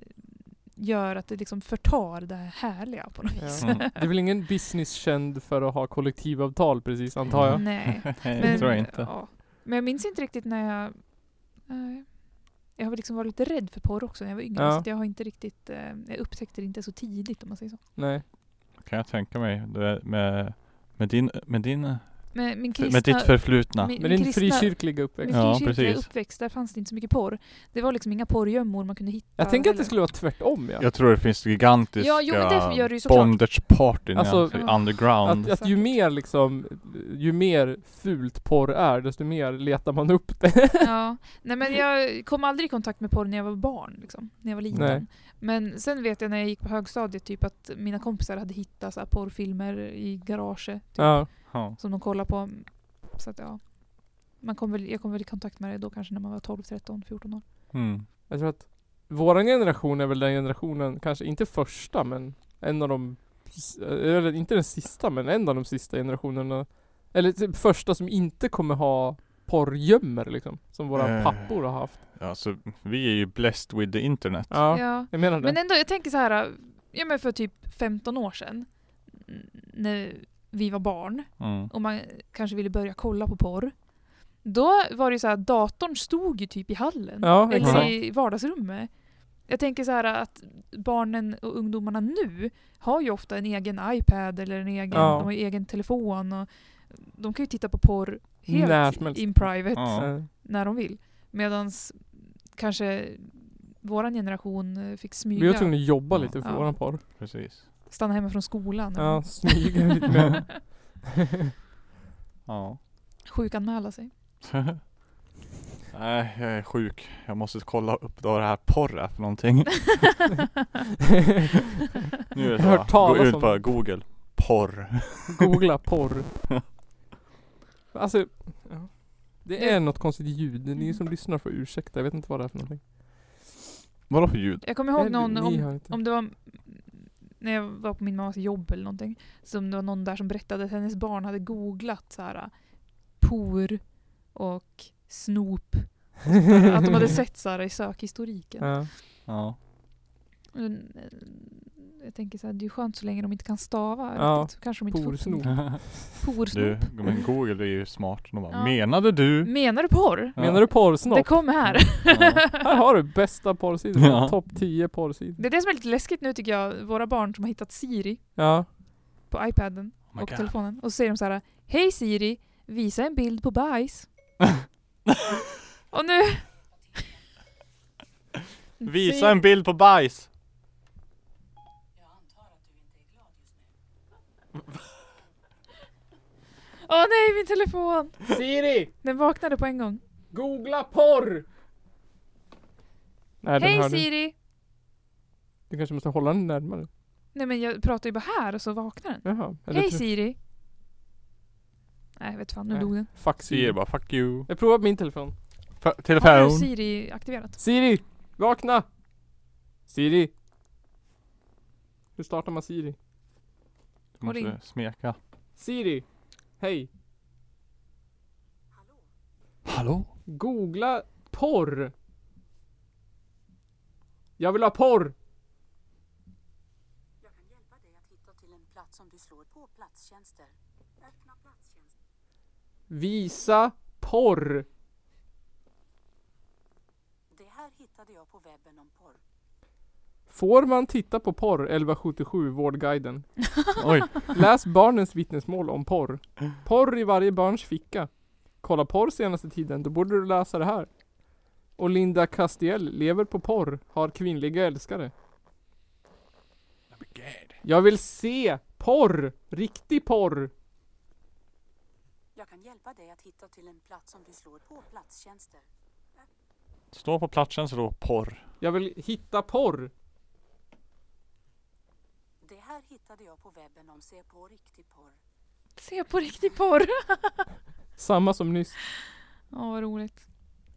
gör att det liksom förtar det här härliga på något vis. Ja. Det är väl ingen business känd för att ha kollektivavtal precis, antar jag. Nej. det tror jag inte. Ja. Men jag minns inte riktigt när jag... Nej. Jag har liksom varit lite rädd för porr också när jag var yngre. Ja. Så att jag har inte riktigt... Eh, jag upptäckte det inte så tidigt om man säger så. Nej. Kan jag tänka mig. Du är med, med din, med din, Men min för, kristna, med ditt förflutna. min, Men min din kristna, frikyrkliga min uppväxt. Ja, frikyrkliga precis. uppväxt, där fanns det inte så mycket porr. Det var liksom inga porrgömmor man kunde hitta. Jag tänker att det eller- skulle vara tvärtom, ja. Jag tror det finns gigantiska Ja, jo, men det gör det ju såklart. bondage-partyn Alltså, alltså, underground. Att, att ju mer liksom, ju mer fult porr är, desto mer letar man upp det. Ja. Nej, men jag kom aldrig i kontakt med porr när jag var barn, liksom, när jag var liten. Nej. Men sen vet jag när jag gick på högstadiet typ att mina kompisar hade hittat så här porrfilmer i garaget typ, Ja. Ja. som de kollade på. Så att ja, man kom väl, jag kom väl i kontakt med det då kanske när man var tolv, tretton, fjorton år. Mm. Jag tror att våran generation är väl den generationen, kanske inte första, men en av de, eller inte den sista, men en av de sista generationerna, eller typ första som inte kommer ha porrgömmor liksom, som våra Eh. pappor har haft. Alltså, vi är ju blessed with the internet. Ja, Ja. jag menar det. Men ändå, jag tänker så här, ja men för typ femton år sedan n- när vi var barn Mm. och man kanske ville börja kolla på porr. Då var det ju så här, datorn stod ju typ i hallen. Ja, eller exakt. i vardagsrummet. Jag tänker så här att barnen och ungdomarna nu har ju ofta en egen iPad eller en egen, Ja. de har ju egen telefon och de kan ju titta på porr helt När som helst. in private Ja. Eh, när de vill. Medans kanske våran generation eh, fick smyga. Vi var tvungna att jobba Ja. lite för Ja. våran porr. Precis. Stanna hemma från skolan. Ja, och smyga lite mer. Ja. sjukanmäla sig. Nej, jag är sjuk. Jag måste kolla upp vad det här porr är för någonting. Nu är det Jag har hört så. Gå talas ut om på det. Google. Porr. Googla porr. Alltså, ja. Det är något konstigt ljud. Ni som lyssnar får ursäkta. Jag vet inte vad det är för någonting. Vadå för ljud? Jag kommer ihåg Nej, någon, ni om, hör inte. om det var när jag var på min mammas jobb eller någonting, som det var någon där som berättade att hennes barn hade googlat så här por och snop. Och sånt där, att de hade sett så här i sökhistoriken. Ja. Ja. Men, eh, Jag tänker så här, det är ju skönt så länge de inte kan stava. Ja, Riktigt. Så kanske de inte porsnop. får porsnop. Du, men Google är ju smart. De bara, Ja. menade du? Menar du porr? Ja. Menar du porrsnopp? Det kommer här. Ja. Här har du bästa porrsidor. Ja. Topp tio porrsidor. Det är det som är lite läskigt nu tycker jag. Våra barn som har hittat Siri Ja. på iPaden Oh my och God. telefonen. Och så säger de så här: hej Siri, visa en bild på bajs. Och nu... Visa en bild på bajs. Åh nej, min telefon! Siri! Den vaknade på en gång. Googla porr! Nej, den Hej hörde. Siri! Du kanske måste hålla den närmare. Nej men jag pratar ju bara här och så vaknar den. Jaha. Eller Hej tro- Siri! Nej, jag vet fan, nu Nej. dog den. Fuck Siri Siri. bara, fuck you. Jag provar på min telefon. F- Har du telefon. Siri aktiverat? Siri! Vakna! Siri! Hur startar man Siri? Du ring. måste smeka. Siri! Hej! Hallå? Googla porr! Jag vill ha porr! Jag kan hjälpa dig att hitta till en plats som du slår på platstjänster. Öppna platstjänster. Visa porr! Det här hittade jag på webben om porr. Får man titta på porr? elva sjuttiosju Vårdguiden. Oj. Läs barnens vittnesmål om porr. Porr i varje barns ficka. Kolla porr senaste tiden, då borde du läsa det här. Och Linda Castiel lever på porr, har kvinnliga älskare. Jag vill se porr! Riktig porr! Jag kan hjälpa dig att hitta till en plats som du slår på platstjänster. Stå på platsen så då porr. Jag vill hitta porr! Det här hittade jag på webben om se på riktig porr. Se på riktig porr! Samma som nyss. Åh, vad roligt.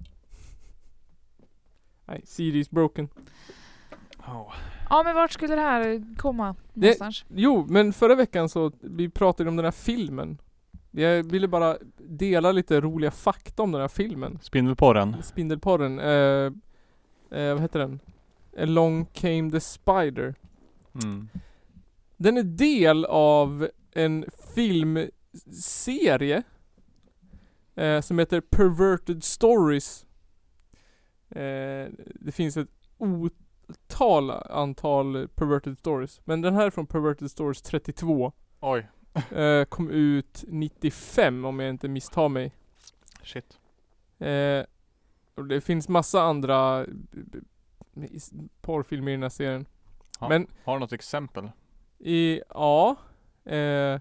Nej, Siri is broken. Oh. Ja, men vart skulle det här komma Det- någonstans? Jo, men förra veckan så vi pratade om den här filmen. Jag ville bara dela lite roliga fakta om den här filmen. Spindelporren. Spindelporren. Eh, eh, vad heter den? Along came the spider. Mm. Den är del av en filmserie eh, som heter Perverted Stories. Eh, det finns ett otal antal Perverted Stories. Men den här är från Perverted Stories trettiotvå. Oj. Eh, kom ut nittiofem om jag inte misstar mig. Shit. Eh, och det finns massa andra b- b- porrfilmer i den här serien. Ja. Men Har du något exempel? i, ja. Eh,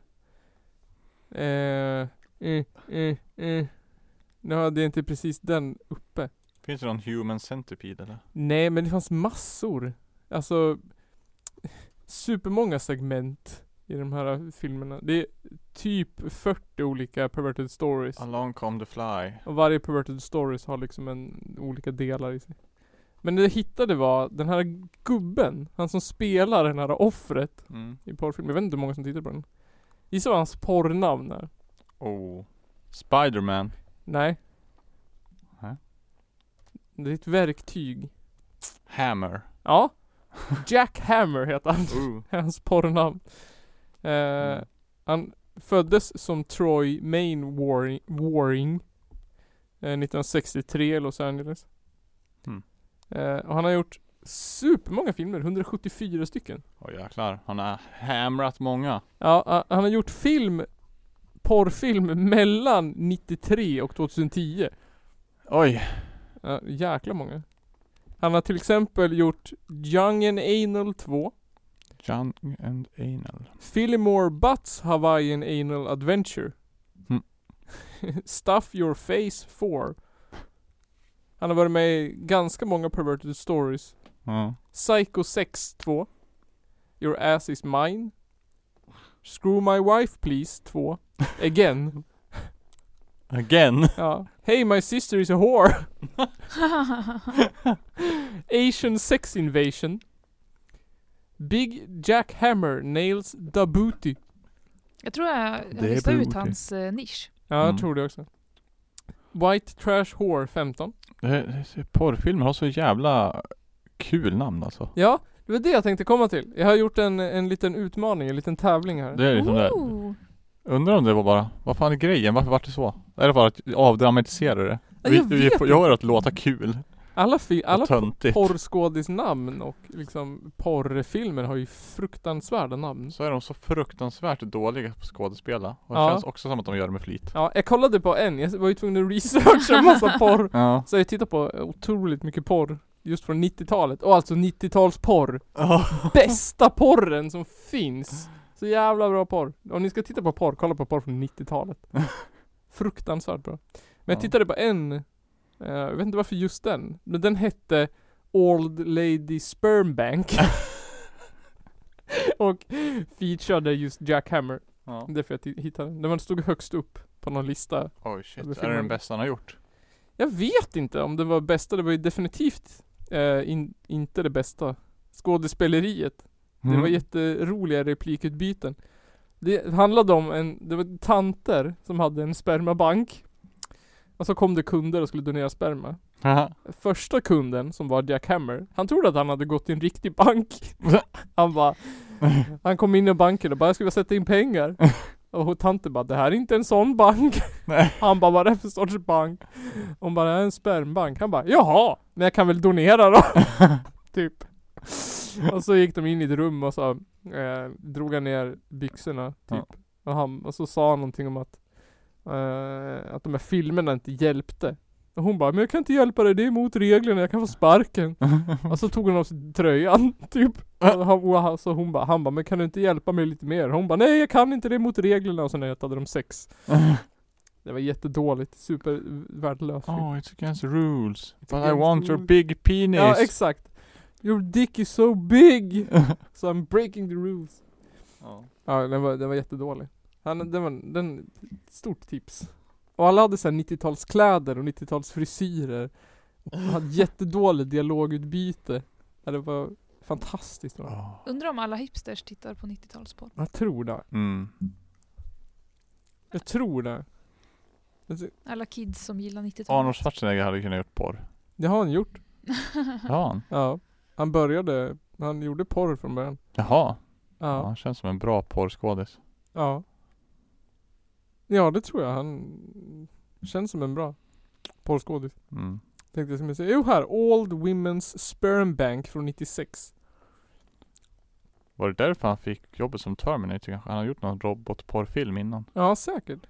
eh, eh, eh, eh. Nu hade jag inte precis den uppe. Finns det någon human centipede eller? Nej, men det fanns massor. Alltså supermånga segment i de här filmerna. Det är typ fyrtio olika perverted stories. Along come the fly. Och varje perverted stories har liksom en olika delar i sig. Men det jag hittade var den här gubben, han som spelar den här offret Mm. i porrfilm. Jag vet inte hur många som tittar på den. Gissa vad hans porrnamn är? Oh. Spiderman. Nej. Hä? Det är ett verktyg. Hammer. Ja. Jack Hammer heter han. Ooh. Hans porrnamn. Eh, Mm. Han föddes som Troy Main Waring, Waring eh, nittonhundrasextiotre i Los Angeles. Mm. Eh, och han har gjort supermånga filmer, hundrasjuttiofyra stycken. Åh jäklar. Han har hamrat många. Ja, a- han har gjort film, porrfilm mellan nittiotre och tjugohundratio. Oj. Ja, jäkla många. Han har till exempel gjort Young and Anal två, Young and anal. Fillmore Butts Hawaiian Anal Adventure, Mm. Stuff Your Face four. Han har varit med i ganska många perverted stories. Ja. Psycho sex två, Your Ass Is Mine, Screw My Wife Please två, Again. Again. Ja. Hey, my sister is a whore. Asian sex invasion. Big Jack Hammer nails the booty. Jag tror jag, jag Det är listar ut booty. hans eh, nisch. Ja, jag Mm. tror det också. White Trash Whore femton. Det, det, porrfilmer har så jävla kul namn alltså. Ja, det var det jag tänkte komma till. Jag har gjort en, en liten utmaning, en liten tävling här. Det är liksom det. Ooh. Undrar om det var bara, vad fan är grejen? Varför var det så? Är det bara att avdramatisera det? Ja, Vi, jag vi vet får göra att låta kul Alla, fi- alla och töntigt. porrskådisnamn och liksom porrfilmer har ju fruktansvärda namn. Så är de så fruktansvärt dåliga på skådespela. Och det Ja. känns också som att de gör det med flit. Ja, jag kollade på en, jag var ju tvungen att researcha en massa porr. Ja. Så jag tittar på otroligt mycket porr just från nittiotalet. Och alltså nittiotalsporr. Bästa porren som finns. Så jävla bra porr. Om ni ska titta på porr, kolla på porr från nittiotalet. Fruktansvärt bra. Men jag Ja. tittade på en, eh, jag vet inte varför just den. Men den hette Old Lady Sperm Bank. Och featurade just Jack Hammer. Ja. Därför jag t- hittade den. Den var- stod högst upp på någon lista. Oj shit, Över är det filmen. den bästa han har gjort? Jag vet inte om det var bästa, det var ju definitivt eh, in, inte det bästa. Skådespeleriet. Det var jätteroliga replikutbyten. Det handlade om en, det var tanter som hade en spermabank. Och så kom det kunder och skulle donera sperma. Haha. Första kunden som var Jack Hammer, han trodde att han hade gått till en riktig bank. Han bara, han kom in i banken och bara, jag skulle sätta in pengar. Och tanten bara, det här är inte en sån bank. Nej. Han bara, vad är det för sorts bank? Hon bara, det är en spermbank. Han bara, jaha, men jag kan väl donera då. Typ. Och så gick de in i ett rum och så eh, drog han ner byxorna typ. Ja. Och, han, och så sa han någonting om att eh, att de här filmerna inte hjälpte. Och hon bara, men jag kan inte hjälpa dig, det är emot reglerna, jag kan få sparken. Och så tog hon av sig tröjan typ. Och han, och så hon bara, han bara, men kan du inte hjälpa mig lite mer? Hon bara, nej jag kan inte, det är emot reglerna. Och sen hade de sex. Det var jättedåligt, super värdelöst. Oh, it's against the rules. But I against want the your rules. big penis. Ja, exakt. Your dick is so big. So I'm breaking the rules. Ja. Ja, den var, den var jättedålig. Han, den var, den, stort tips. Och alla hade så här nittiotalskläder och nittiotalsfrisyrer. Och hade jättedålig dialogutbyte. Ja, det var fantastiskt. Va? Oh. Undrar om alla hipsters tittar på nittiotalsporr. Jag tror det. Mm. Jag tror det. Alla kids som gillar nittiotalet. Arnold Schwarzenegger hade kunnat gjort porr. Det har han gjort. Ja han. Ja. Han började, han gjorde porr från början. Jaha. Ja. Ja. Han känns som en bra porrskådis. Ja. Ja, det tror jag. Han känns som en bra porrskådis. Mm. Tänkte jag som jag säger. Jo här, Old Women's Sperm Bank från nittiosex. Var det därför han fick jobbet som Terminator kanske? Han har gjort någon robotporrfilm innan. Ja, säkert.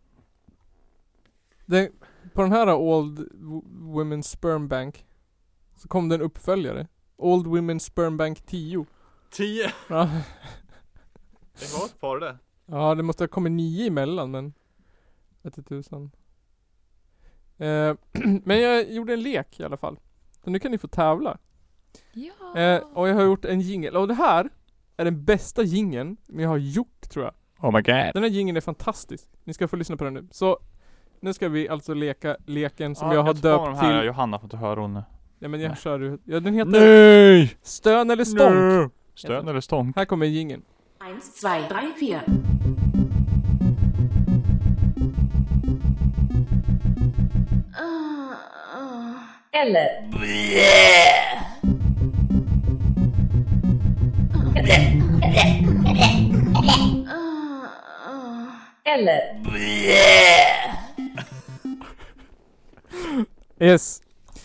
Det, på den här Old W- Women's Sperm Bank så kom det en uppföljare. Old Women's Sperm Bank tio. Tio! Ja, Det var ett par det. ja det måste ha kommit nio emellan men vet inte tusan. Eh, men jag gjorde en lek i alla fall. Så nu kan ni få tävla. Ja. Eh, och jag har gjort en jingle. Och det här är den bästa jingeln jag har gjort tror jag. Oh my god. Den här jingeln är fantastisk. Ni ska få lyssna på den nu. Så nu ska vi alltså leka leken som Ja, jag har tar de döpt här, till. Johanna får inte höra hon. Ja men jag Nej. kör ju. Ja, den heter Nej! Stön eller stånk. Nej. Stön eller stånk? Här kommer jingeln. Eins, zwei, drei, vier. Eller. Eller. Yes.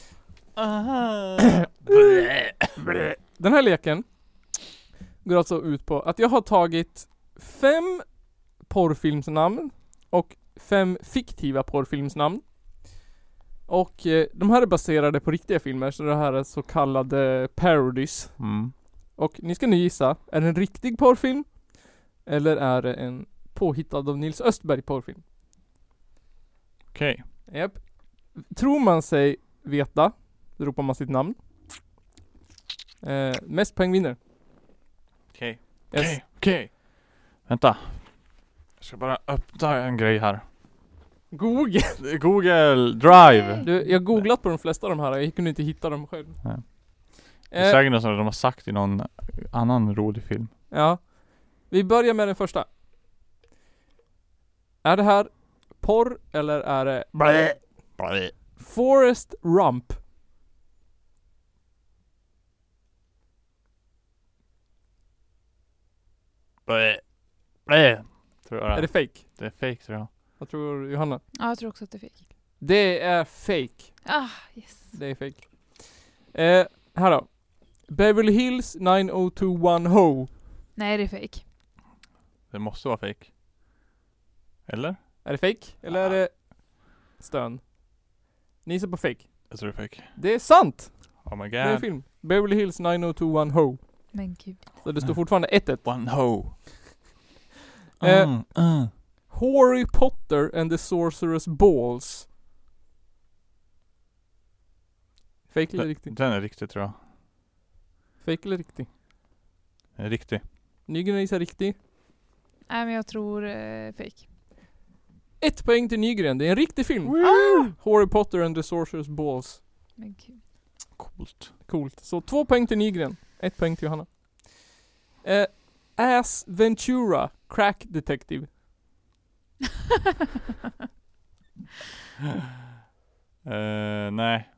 Den här leken går alltså ut på att jag har tagit fem porrfilmsnamn och fem fiktiva porrfilmsnamn. Och eh, de här är baserade på riktiga filmer, så det här är så kallade parodies. Mm. Och ni ska nu gissa, är det en riktig porrfilm? Eller är det en påhittad av Nils Östberg porrfilm? Okej. Japp. Tror man sig veta, då ropar man sitt namn. Eh, mest poäng vinner. Okej. Yes. Okej. Okej. Vänta. Jag ska bara öppna en grej här. Google. Google Drive. Du, jag har googlat på de flesta av de här. Jag kunde inte hitta dem själv. Nej. Det är Eh, säkert något som de har sagt i någon annan rolig film. ja. Vi börjar med den första. Är det här porr eller är det Blä. Blä. Forrest Rump? Blä. Blä. Tror jag Är det fake? det är fake tror jag. Vad tror Johanna? Ja, jag tror också att det är fake. Det är fake. Ah, yes. Det är fake. Eh, här då. Beverly Hills nine oh two one Ho. Nej, det är fake. Det måste vara fake. Eller? Är det fake? Eller är det stön? Ni gissar på fake. Jag tror det är fake. Det är sant! Oh my god. Det är en film. Beverly Hills nine oh two one Ho. Men gud. Så det står fortfarande ett ett. One ho. Eh, Mm, mm. Harry Potter and the Sorcerer's Balls. Fake eller riktigt? Den är riktig tror jag. Fake eller riktigt? Den är riktig. Nygren gissar riktigt. Nej, men jag tror eh, fake. Ett poäng till Nygren. Det är en riktig film. Ah! Harry Potter and the Sorcerer's Balls. Men gud. Coolt. Coolt. Så två poäng till Nygren. Ett poäng till Johanna. Eh, Ass Ventura, Crack Detective. uh, nej.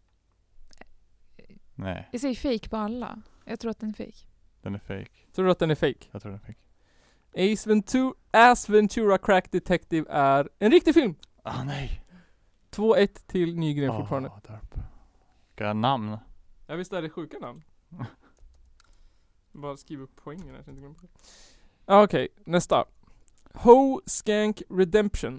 Nej, Jag säger fake på alla. Jag tror att den är fake. den är fake. Tror du att den är fake? Jag tror den är fake. Ace Ventura, Ass Ventura, Crack Detective är en riktig film. Ah nej. två ett till Nygren Ah, fortfarande. där uppe. Vilka namn. Ja visst är det sjuka namn. Bara skriva upp poängen här så jag inte glömmer. Ah, Okej, nästa. Ho Skank Redemption.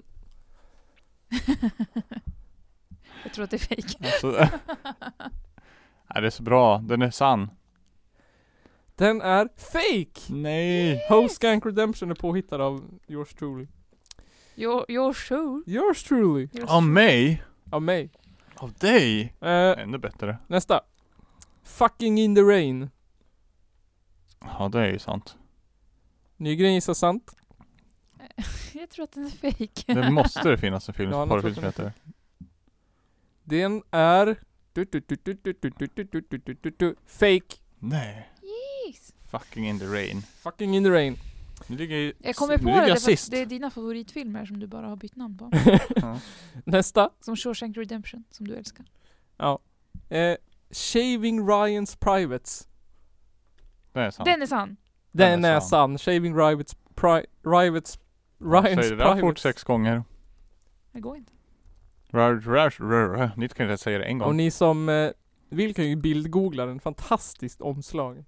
Jag tror att det är fake. Alltså, nej, det är så bra. Den är sann. Den är fake! Nej. Ho Skank Redemption är påhittad av yours truly. Your, your show. Yours truly. Yours Av mig? Av mig. Av dig? Eh, Ännu bättre. nästa. Fucking in the rain. Ja, det är ju sant. Nygren gissar sant. Jag tror att den är fake. Det måste det finnas en film Ja, som jag tror porrfilm som att den heter. Den är du, du, du, du, du, du, du, du, du, du, du, du, du. Fake. Nej. Yes. Fucking in the rain. Fucking in the rain. Nu ligger ju, Jag kommer nu på ligger det, jag för att sist. det är dina favoritfilmer som du bara har bytt namn på. Ja. Nästa. Som Shawshank Redemption, som du älskar. Ja. Eh, Shaving Ryan's Privates. Det är sant. Den är sann. Den, Den är är sann. sann. Shaving Ryan's pri- Ryan's Ryan's Säg det där fort Privates. sex gånger. Det går inte. Rör, rör, rör, rör. Ni kan inte säga det en gång. Och ni som eh, vill kan ju bildgoogla den. Fantastiskt omslag.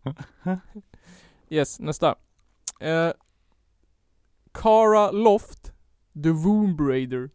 Yes, nästa. Eh, Cara Loft, The Womb Raider.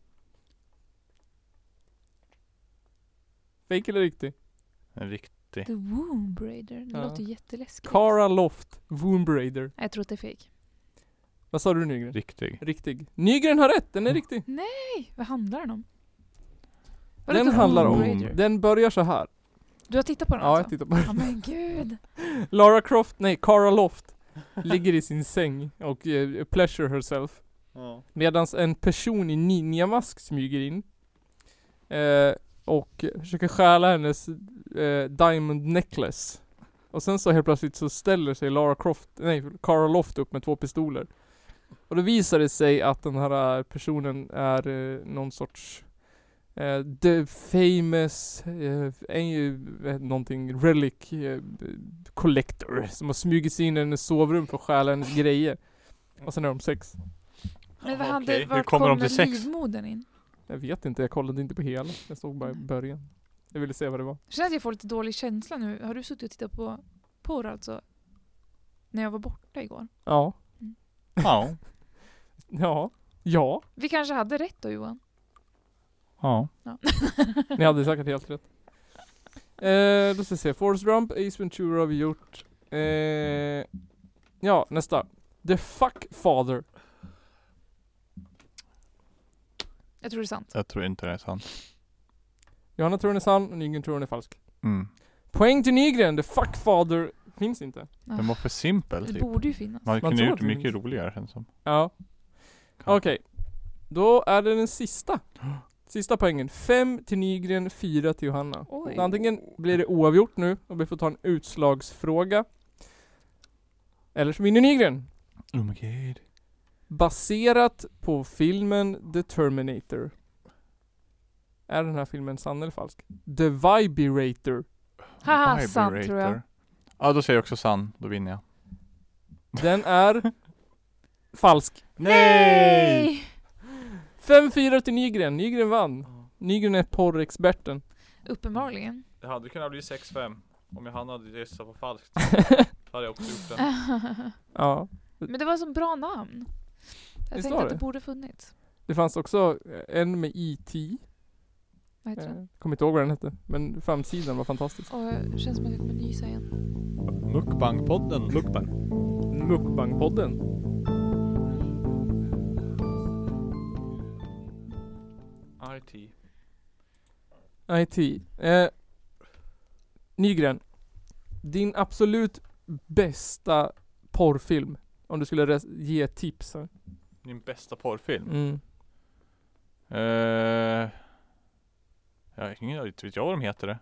Fake eller riktig? En riktig. The Womb Raider. Det Ja. låter jätteläskigt. Cara Loft, Womb Raider. Jag tror att det är fake. Vad sa du Nygren? Riktig. Riktig. Nygren har rätt, den är riktig. Nej, vad handlar den om? Vad Den heter handlar Womb om, Raider? den börjar så här. Du har tittat på den Ja, jag alltså? tittar på den. Ja men gud. Lara Croft, nej, Cara Loft ligger i sin säng och eh, pleasure herself. Ja. Medans en person i ninjamask smyger in. Eh, och försöker stjäla hennes eh, diamond necklace. Och sen så helt plötsligt så ställer sig Lara Croft, nej, Cara Loft upp med två pistoler. Och då visar det sig att den här personen är eh, någon sorts eh, the famous eh, eh, någonting relic eh, collector som har smugit sig in i hennes sovrum för att stjäla hennes grejer. Och sen är de sex. Men vad Jaha, hade, okej. Hur vart kommer kom de till sex? livmodern in? Jag vet inte, jag kollade inte på hela. Jag såg bara i början. Jag ville se vad det var. Jag känner att jag får lite dålig känsla nu. Har du suttit och tittat på porr alltså? När jag var borta igår. Ja. Ja. Ja. Ja. Vi kanske hade rätt då Johan. Ja. Ja. Ni hade säkert helt rätt. Eh, då ska vi se. Forrest Rump, Ace Ventura har vi gjort. Eh, ja, nästa. The Fuck Father. Jag tror det är sant. Jag tror inte det är sant. Johanna tror den är sann och Nygren tror den är falsk. Mm. Poäng till Nygren. The Fuck Father finns inte. Den var för simpel Det typ. borde ju finnas. Man Man kunde tror gjort att det det mycket finns. roligare känns som. Ja. Kan- Okej. Då är det den sista. Sista poängen. Fem till Nygren, fyra till Johanna. Oj. Så antingen blir det oavgjort nu och vi får ta en utslagsfråga. Eller så vinner Nygren. Oh my god. Baserat på filmen The Terminator. Är den här filmen sann eller falsk? The Vibrator. Haha, sant tror jag. Ja, då säger jag också sann. Då vinner jag. Den är falsk. Nej! fem fyra till Nygren. Nygren vann. Nygren är porrexperten. Uppenbarligen. Det hade kunnat bli sex fem. Om jag hade gissat på falskt. hade jag också gjort det. Ja. Men det var så bra namn. Jag Visst tänkte var att det? det borde funnits. Det fanns också en med E T Vad heter den? Eh, kommer inte ihåg vad den hette. Men framsidan var fantastisk. Åh, det känns som att jag kommer nysa igen. Mukbang-podden. Mukbang. Mukbang-podden. I T. I T. Eh, Nygren. Din absolut bästa porrfilm. Om du skulle res- ge ett tips här. Min bästa porrfilm. Mm. Eh, jag har ingen vet jag vad de heter det.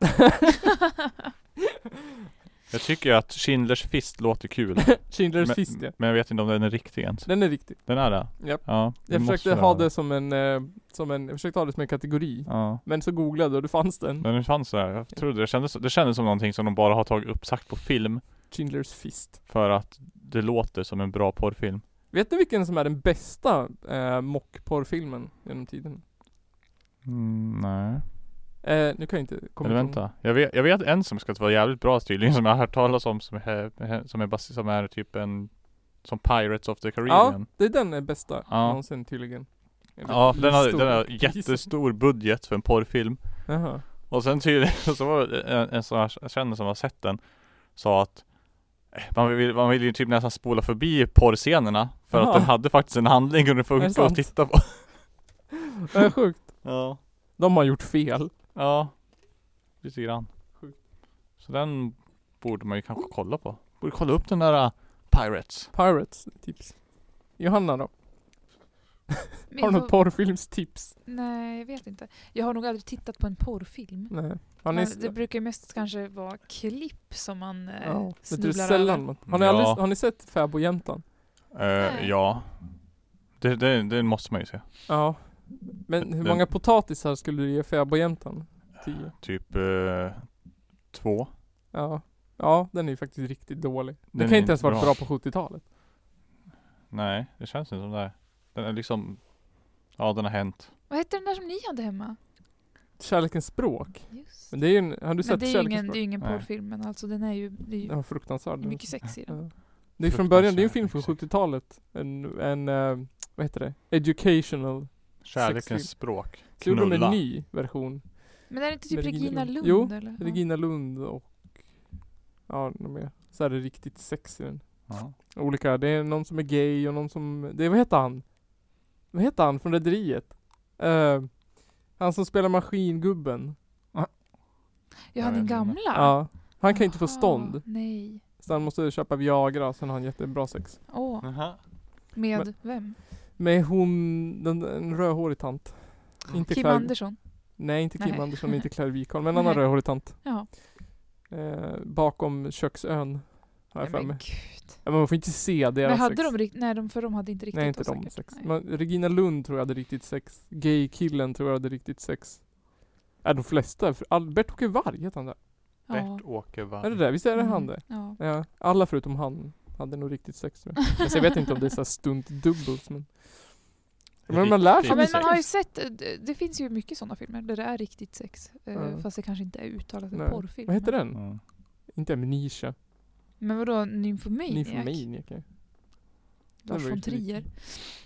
Jag tycker att Schindler's Fist låter kul. Schindler's men, Fist, ja. men jag vet inte om den är riktig ens. Den är riktig. Den är det? Japp. Ja. Jag måste försökte vara ha det som en, eh, som en, jag försökte ha det som en kategori. Ja. Men så googlade och det fanns den. Men den fanns där. Jag trodde det kändes, det kändes som någonting som de bara har tagit upp sagt på film. Schindler's Fist. För att det låter som en bra porrfilm. Vet ni vilken som är den bästa eh, mockporrfilmen genom tiden? Mm, nej. Eh, nu kan jag inte komma Eller ihåg. vänta. Jag vet, jag vet en som ska vara jävligt bra tydligen. Som jag har hört talas om. Som är, som är, bas- som är typ en... Som Pirates of the Caribbean. Ja, det är den är bästa Ja. någonsin tydligen. Ja, den har, Stor den har pris. jättestor budget för en porrfilm. Jaha. Och sen tydligen så var det en, en sån här, jag känner som har sett den, sa att eh, man vill, man vill ju typ nästan spola förbi porrscenerna. För Jaha. att den hade faktiskt en handling under Är det funkar att sant? titta på. Det är sjukt. Ja. De har gjort fel. Ja. Lite grann. Sjukt. Så den borde man ju kanske kolla på. Borde kolla upp den där uh, Pirates. Pirates tips. Johanna då? Men Har du jag något får- porrfilmstips? Nej, jag vet inte. Jag har nog aldrig tittat på en porrfilm. Nej. Har ni Men s- det brukar ju mest kanske vara klipp som man eh, ja. Vet du, snubblar sällan över. man... Har ni, Ja. aldrig, har ni sett Fäbodjäntan? Uh, Nej. ja. Det, det, det måste man ju se. Ja. Men hur Den- många potatisar skulle du ge Fäbodjäntan? Tio. Typ uh, två. Ja. Ja, den är ju faktiskt riktigt dålig. Den, Den kan är inte ens inte varit bra. bra på sjuttiotalet. Nej, det känns inte som det. Den är liksom... Ja, den har hänt. Vad hette den där som ni hade hemma? Kärlekens språk. Just. Men det är ju en, har du Men sett det är ju Kärlekens ingen, språk? det är ju ingen Nej. porrfilm, men alltså den är ju, det är ju Ja, fruktansvärd. det är mycket sex i den. Ja. Det är från början, det är ju en film från Fruktansvärt sjuttiotalet. En, en eh, vad heter det? Educational. Kärlekens Sexfilm. språk. Så gjorde de en Knulla. ny version. Men är det inte typ Med Regina Regina Lund. Lund? Jo, eller? Ja. Regina Lund och ja, de är, så är det riktigt sex i den. Ja. Olika, det är någon som är gay och någon som, det, vad heter han? Vad heter han från Rederiet? Uh, han som spelar maskingubben. Ja, Jag den vet inte. gamla? Ja. Han kan inte få Aha, stånd. Nej. Så han måste köpa Viagra, sen har han jättebra sex. Åh, Jaha. med Men- vem? Med hon, den, en rödhårig tant. Inte Kim Claire- Andersson? Nej, inte Kim Nej. Andersson, inte Claire Wikholm, men en annan Nej. rödhårig tant. Ja. Eh, bakom köksön. Har jag Nej, för men mig. gud. Ja, men man får inte se deras Men hade sex. de rikt- Nej, de, för de hade inte riktigt Nej, inte då de säkert. sex. Nej. Men Regina Lund tror jag hade riktigt sex. Gay-killen tror jag hade riktigt sex. Är de flesta? För Albert-Åke Varg heter han där. Ja. Bert-Åke Varg. Är det det? Visst är det Mm, han det? Ja. Ja. Alla förutom han hade nog riktigt sex tror jag. Alltså, jag vet inte om det är så här stunt doubles men... Men man lär sig Ja, men med man sex. har ju sett, eh, det, det finns ju mycket sådana filmer där det är riktigt sex. eh, Ja. Fast det kanske inte är uttalat en Nej. porrfilm. Vad heter men- den? Mm. Inte Amnesia. Men vadå, Nymphomaniac? Nymphomaniac. ja. Lars Det var von ju Trier. riktigt-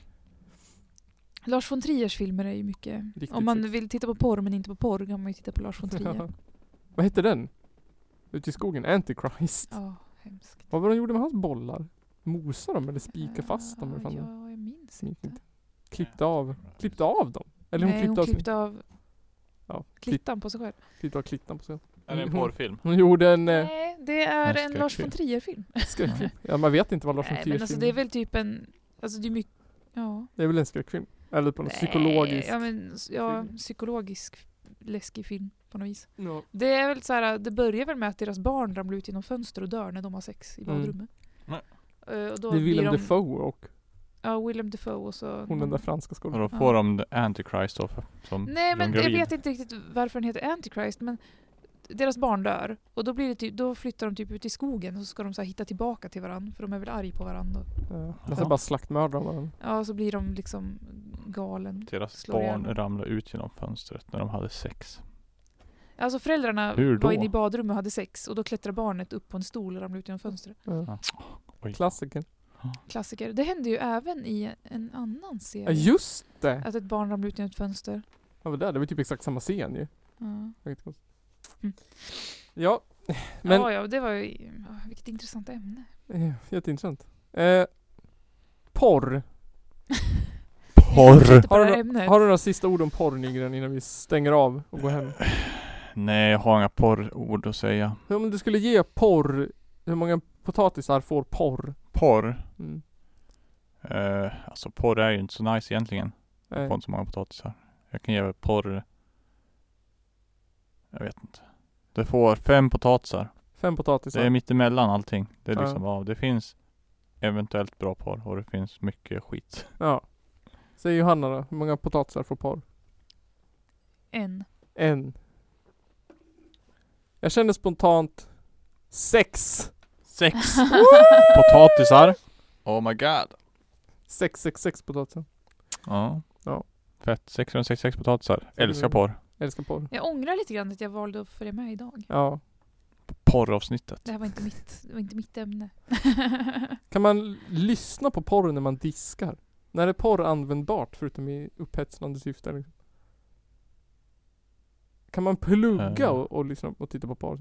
Lars von Triers filmer är ju mycket... Riktigt om man sex. vill titta på porr men inte på porr kan man ju titta på Lars von Trier. Vad heter den? Ute i skogen? Antichrist. Ja, hemskt. Vad var de gjorde med hans bollar? Mosa dem eller spika fast dem? Ja, Eller fan det- ja, jag minns minns inte. inte. Klippte av. Klippte av dem? Eller hon Nej, klippte hon av sin... klippte av Ja, klipp, klittan på sig själv. klippte av klittan på sig. Är det en Hon- porrfilm? Hon gjorde en eh, Nej, det är En en Lars skräckfilm. von Trier-film. skräckfilm. Ja, man vet inte vad Lars von Nej, Trier men alltså film det är väl typ en... Alltså det är mycket... Ja. Det är väl en skräckfilm. Eller på något Nej, psykologiskt. Ja, men, ja, film. psykologisk läskig film på något vis. Ja. Det är väl så här, det börjar väl med att deras barn ramlar ut genom fönster och dör när de har sex i Mm. badrummet. Nej. Eh, och då Det är Willem blir de, Dafoe och Ja, Willem Dafoe och så... hon den där franska Och skådespelaren. då får de the Antichrist då för, som Nej, men de jag gravid. vet inte riktigt varför den heter Antichrist, men deras barn dör. Och då, blir det typ, då flyttar de typ ut i skogen och så ska de så här hitta tillbaka till varandra, för de är väl arg på varandra. Ja. Nästan bara slaktmördare varandra. Ja, så blir de liksom galen. Deras Slår ihjäl barn dem. ramlade ut genom fönstret när de hade sex. Alltså föräldrarna Hur då? var inne i badrummet och hade sex och då klättrar barnet upp på en stol och ramlar ut genom fönstret. Ja. Oj. Klassiker. Klassiker. Det hände ju även i en annan serie. Ja, just det! Att ett barn ramlar ut genom ett fönster. Ja, men där, det var typ exakt samma scen ju. Ja, Väldigt konstigt. Mm. Ja, men ja, ja, det var ju... Ja, vilket intressant ämne. eh, jätteintressant. Eh, porr. Porr! På Har det du, här nå- ämnet. har du några sista ord om porr, Nygren, innan vi stänger av och går hem? Nej, jag har inga porrord att säga. Hur om du skulle ge porr, hur många potatisar får porr? Porr? Mm. Eh, alltså porr är ju inte så nice egentligen. Jag Nej. får inte så många potatisar. Jag kan ge porr... Jag vet inte. Det får fem potatisar. Fem potatisar. Det är mitt emellan allting. Det är Ja. liksom, ja, det finns eventuellt bra porr och det finns mycket skit. Ja. Säg Johanna då, hur många potatisar får porr? En. En. Jag känner spontant sex. Sex potatisar. Oh my god. Sex, sex, sex potatisar. Ja. Ja. Fett. sexhundrasextiosex potatisar. Älskar porr. Älskar porr. Jag ångrar lite grann att jag valde att följa med idag. Ja. Porravsnittet. Det här var inte mitt, det var inte mitt ämne. Kan man lyssna på porr när man diskar? När är porr användbart förutom i upphetsande syfte? Liksom? Kan man plugga Eh. och, och lyssna och titta på porr?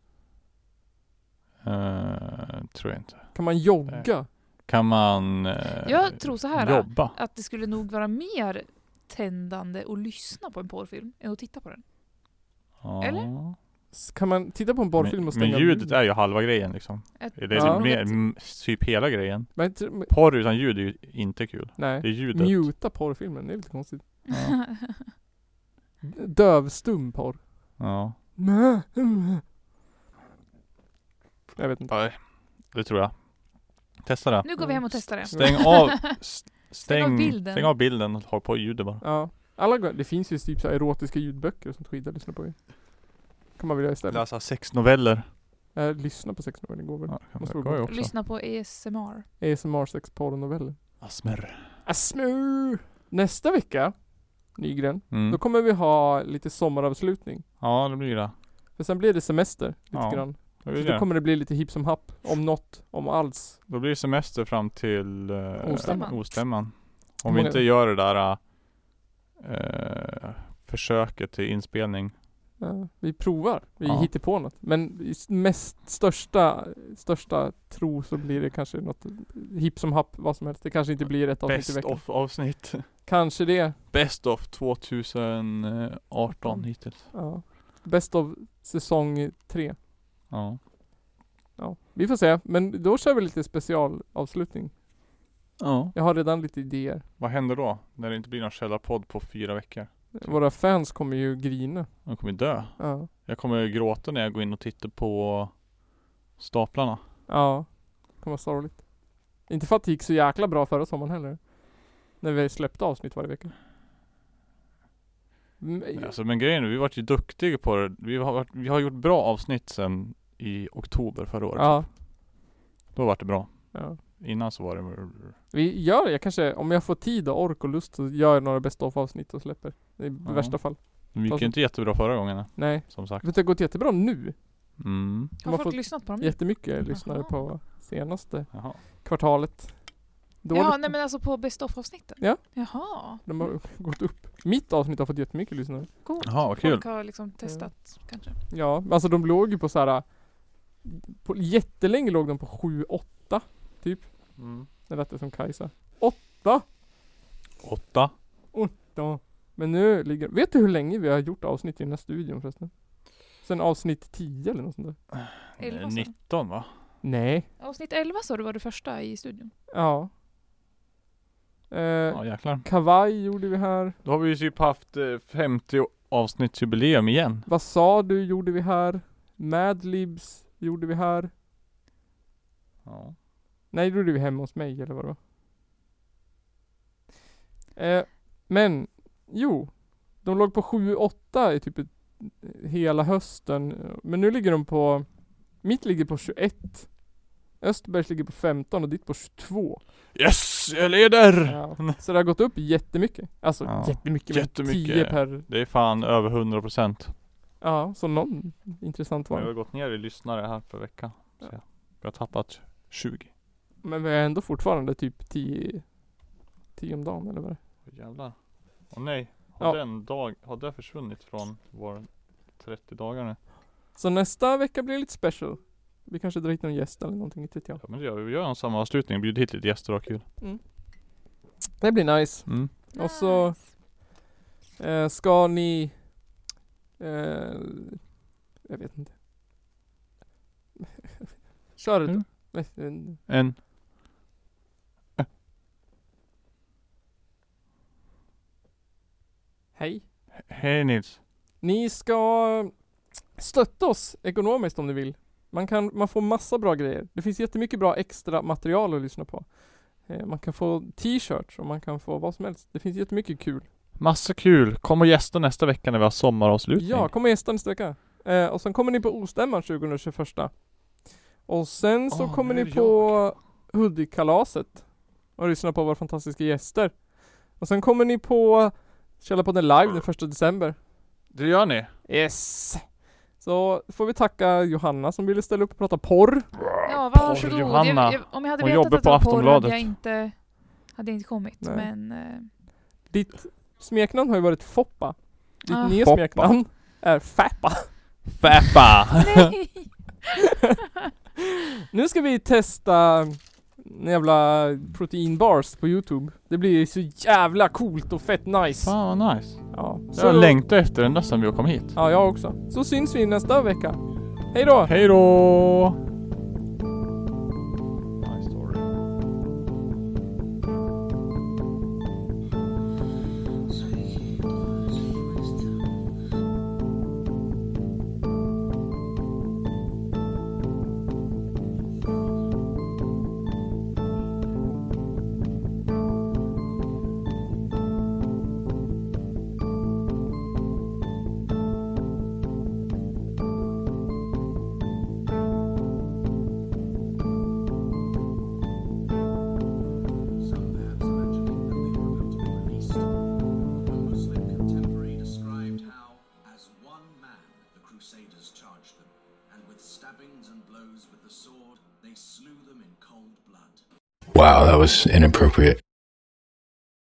Uh, tror jag inte. Kan man jogga? Kan man eh, Jag tror så här, jobba? Att det skulle nog vara mer tändande att lyssna på en porrfilm än att titta på den. Ja. eller? S- Kan man titta på en porrfilm och Men, stänga men ljudet är ju halva grejen liksom. Ett, Det är Ja. mer, m- typ hela grejen. Men, inte- men, Porr utan ljud är ju inte kul. Det är nej. ljudet. Muta porrfilmen, det är lite konstigt. Ja. Dövstum porr. Ja. Jag vet inte. Nej, det tror jag. Testa det. Nu går vi hem och testar det. Stäng av s- Stäng av stäng, bilden. stäng av bilden och ha på ljudet bara. Ja. Alla, går- det finns ju typ så här erotiska ljudböcker och sånt skit att lyssna på. ju. Kan man vilja göra istället. Läsa sex noveller. Äh, lyssna på sexnoveller går väl. Ja, kan Måste det vara går ju bra. också. Lyssna på A S M R. A S M R sex porrnoveller. Asmer. Asmur! Nästa vecka, Nygren, Mm. då kommer vi ha lite sommaravslutning. Ja, det blir det. För sen blir det semester, lite Ja, grann. Det Så blir då det. kommer det bli lite hipp som happ, om något, om alls. Då blir det semester fram till uh, Ostämman. ostämman. Hur Om vi många- inte gör det där uh, försöket till inspelning. Ja, vi provar, vi Ja. hittar på något. Men i s- mest största, största tro så blir det kanske något hipp som happ, vad som helst. Det kanske inte blir ett avsnitt i Best veckan. of avsnitt. Kanske det. Best of tjugoarton hittills. Ja. Best of säsong tre. Ja. Ja, vi får se. Men då kör vi lite specialavslutning. Ja. Jag har redan lite idéer. Vad händer då? När det inte blir någon källarpodd på fyra veckor? Våra fans kommer ju grina. De kommer dö. Ja. Jag kommer gråta när jag går in och tittar på staplarna. Ja. Det kommer vara sorgligt. Inte för att det gick så jäkla bra förra sommaren heller. När vi släppte avsnitt varje vecka. Mm, Alltså, men grejen är, vi har varit ju duktiga på det. Vi har, varit, vi har gjort bra avsnitt sen i oktober förra året. Ja. Då var det bra. Ja. Innan så var det... Vi gör det. Jag kanske, om jag får tid och ork och lust så gör jag några bästa av avsnitt och släpper. I Ja. värsta fall. Vi gick ju inte jättebra förra gången, Nej. som sagt. Det har gått jättebra nu. Mm. Har har folk fått lyssnat på dem nu? Jättemycket lyssnare Jaha. på senaste Jaha. kvartalet. Dåligt. Ja, nej men alltså på Best of-avsnitten? Ja. Jaha, De har gått upp. Mitt avsnitt har fått jättemycket lyssnare. coolt. Jaha, vad kul. Folk har liksom testat kanske. Ja, alltså de låg ju på så här. På, jättelänge låg de på sju åtta typ. Mm. Det lät det som Kajsa. åtta! Åtta. Ja. Men nu ligger... Vet du hur länge vi har gjort avsnitt i den här studion förresten? Sen avsnitt tio eller något sånt där. elva Eh, sa du? nitton va? Nej. Avsnitt elva sa du var det första i studion. Ja. Eh, Ja jäklar. Kavaj gjorde vi här. Då har vi ju typ haft eh, femtio avsnittsjubileum igen. Vad sa du gjorde vi här. Madlibs gjorde vi här. Ja. Nej, det gjorde vi hemma hos mig eller vad det var. Eh, men, jo. De låg på sju åtta i typ ett, hela hösten. Men nu ligger de på, mitt ligger på tjugoett. Österbergs ligger på femton och ditt på tjugotvå. Yes! Jag leder! Ja. Så det har gått upp jättemycket. Alltså Ja, jättemycket. jättemycket. tio per. Det är fan över hundra procent. Ja, så någon intressant Vi var har det. gått ner i lyssnare här per vecka. Så Ja. vi har tappat tjugo. Men vi är ändå fortfarande typ tio, tio om dagen eller vad det är. Åh, jävlar. Åh nej. Har, Ja. den dag, har det försvunnit från vår trettio dagar nu? Så nästa vecka blir det lite special. Vi kanske drar hit någon gäst eller någonting, inte vet jag. Ja men det gör vi. Vi gör en samma avslutning. Bjuder hit lite gäster och kul. Det blir nice. Mm. Och så eh, ska ni eh, jag vet inte. Kör det Mm. då. En. Hej. Hej Nils. Ni ska stötta oss ekonomiskt om ni vill. Man kan, man får massa bra grejer. Det finns jättemycket bra extra material att lyssna på. Eh, man kan få t-shirts och man kan få vad som helst. Det finns jättemycket kul. Massa kul. Kom och gästa nästa vecka när vi har sommaravslutning. Ja, kom och gästa nästa vecka. Eh, och sen kommer ni på Ostämman tjugohundratjugofyra. Och sen så Åh, kommer nu ni är på Hoodie-kalaset. Och lyssna på våra fantastiska gäster. Och sen kommer ni på Källarpodden live den första december. Det gör ni. Yes! Så får vi tacka Johanna som ville ställa upp och prata porr. Ja, varsågod. Johanna. Jag, jag, om jag hade Hon vetat jobbar att det var på porr hade Aftonbladet. jag inte, hade jag inte kommit. Nej. Men eh, Ditt smeknamn har ju varit Foppa. Ditt Ah. nya Foppa. smeknamn är Fappa. Fappa. nej! Nu ska vi testa en jävla proteinbars på YouTube. Det blir så jävla coolt och fett nice. Fan vad nice. Ja, Jag längtar efter den där sen vi kom hit. Ja, jag också. Så syns vi nästa vecka. Hej då! Hej då! Nice story. Some perhaps imagining that they were about to be released. A Muslim contemporary described how, as one man, the Crusaders charged them, and with stabbings and blows with the sword, they slew them in cold blood. Wow, that was inappropriate.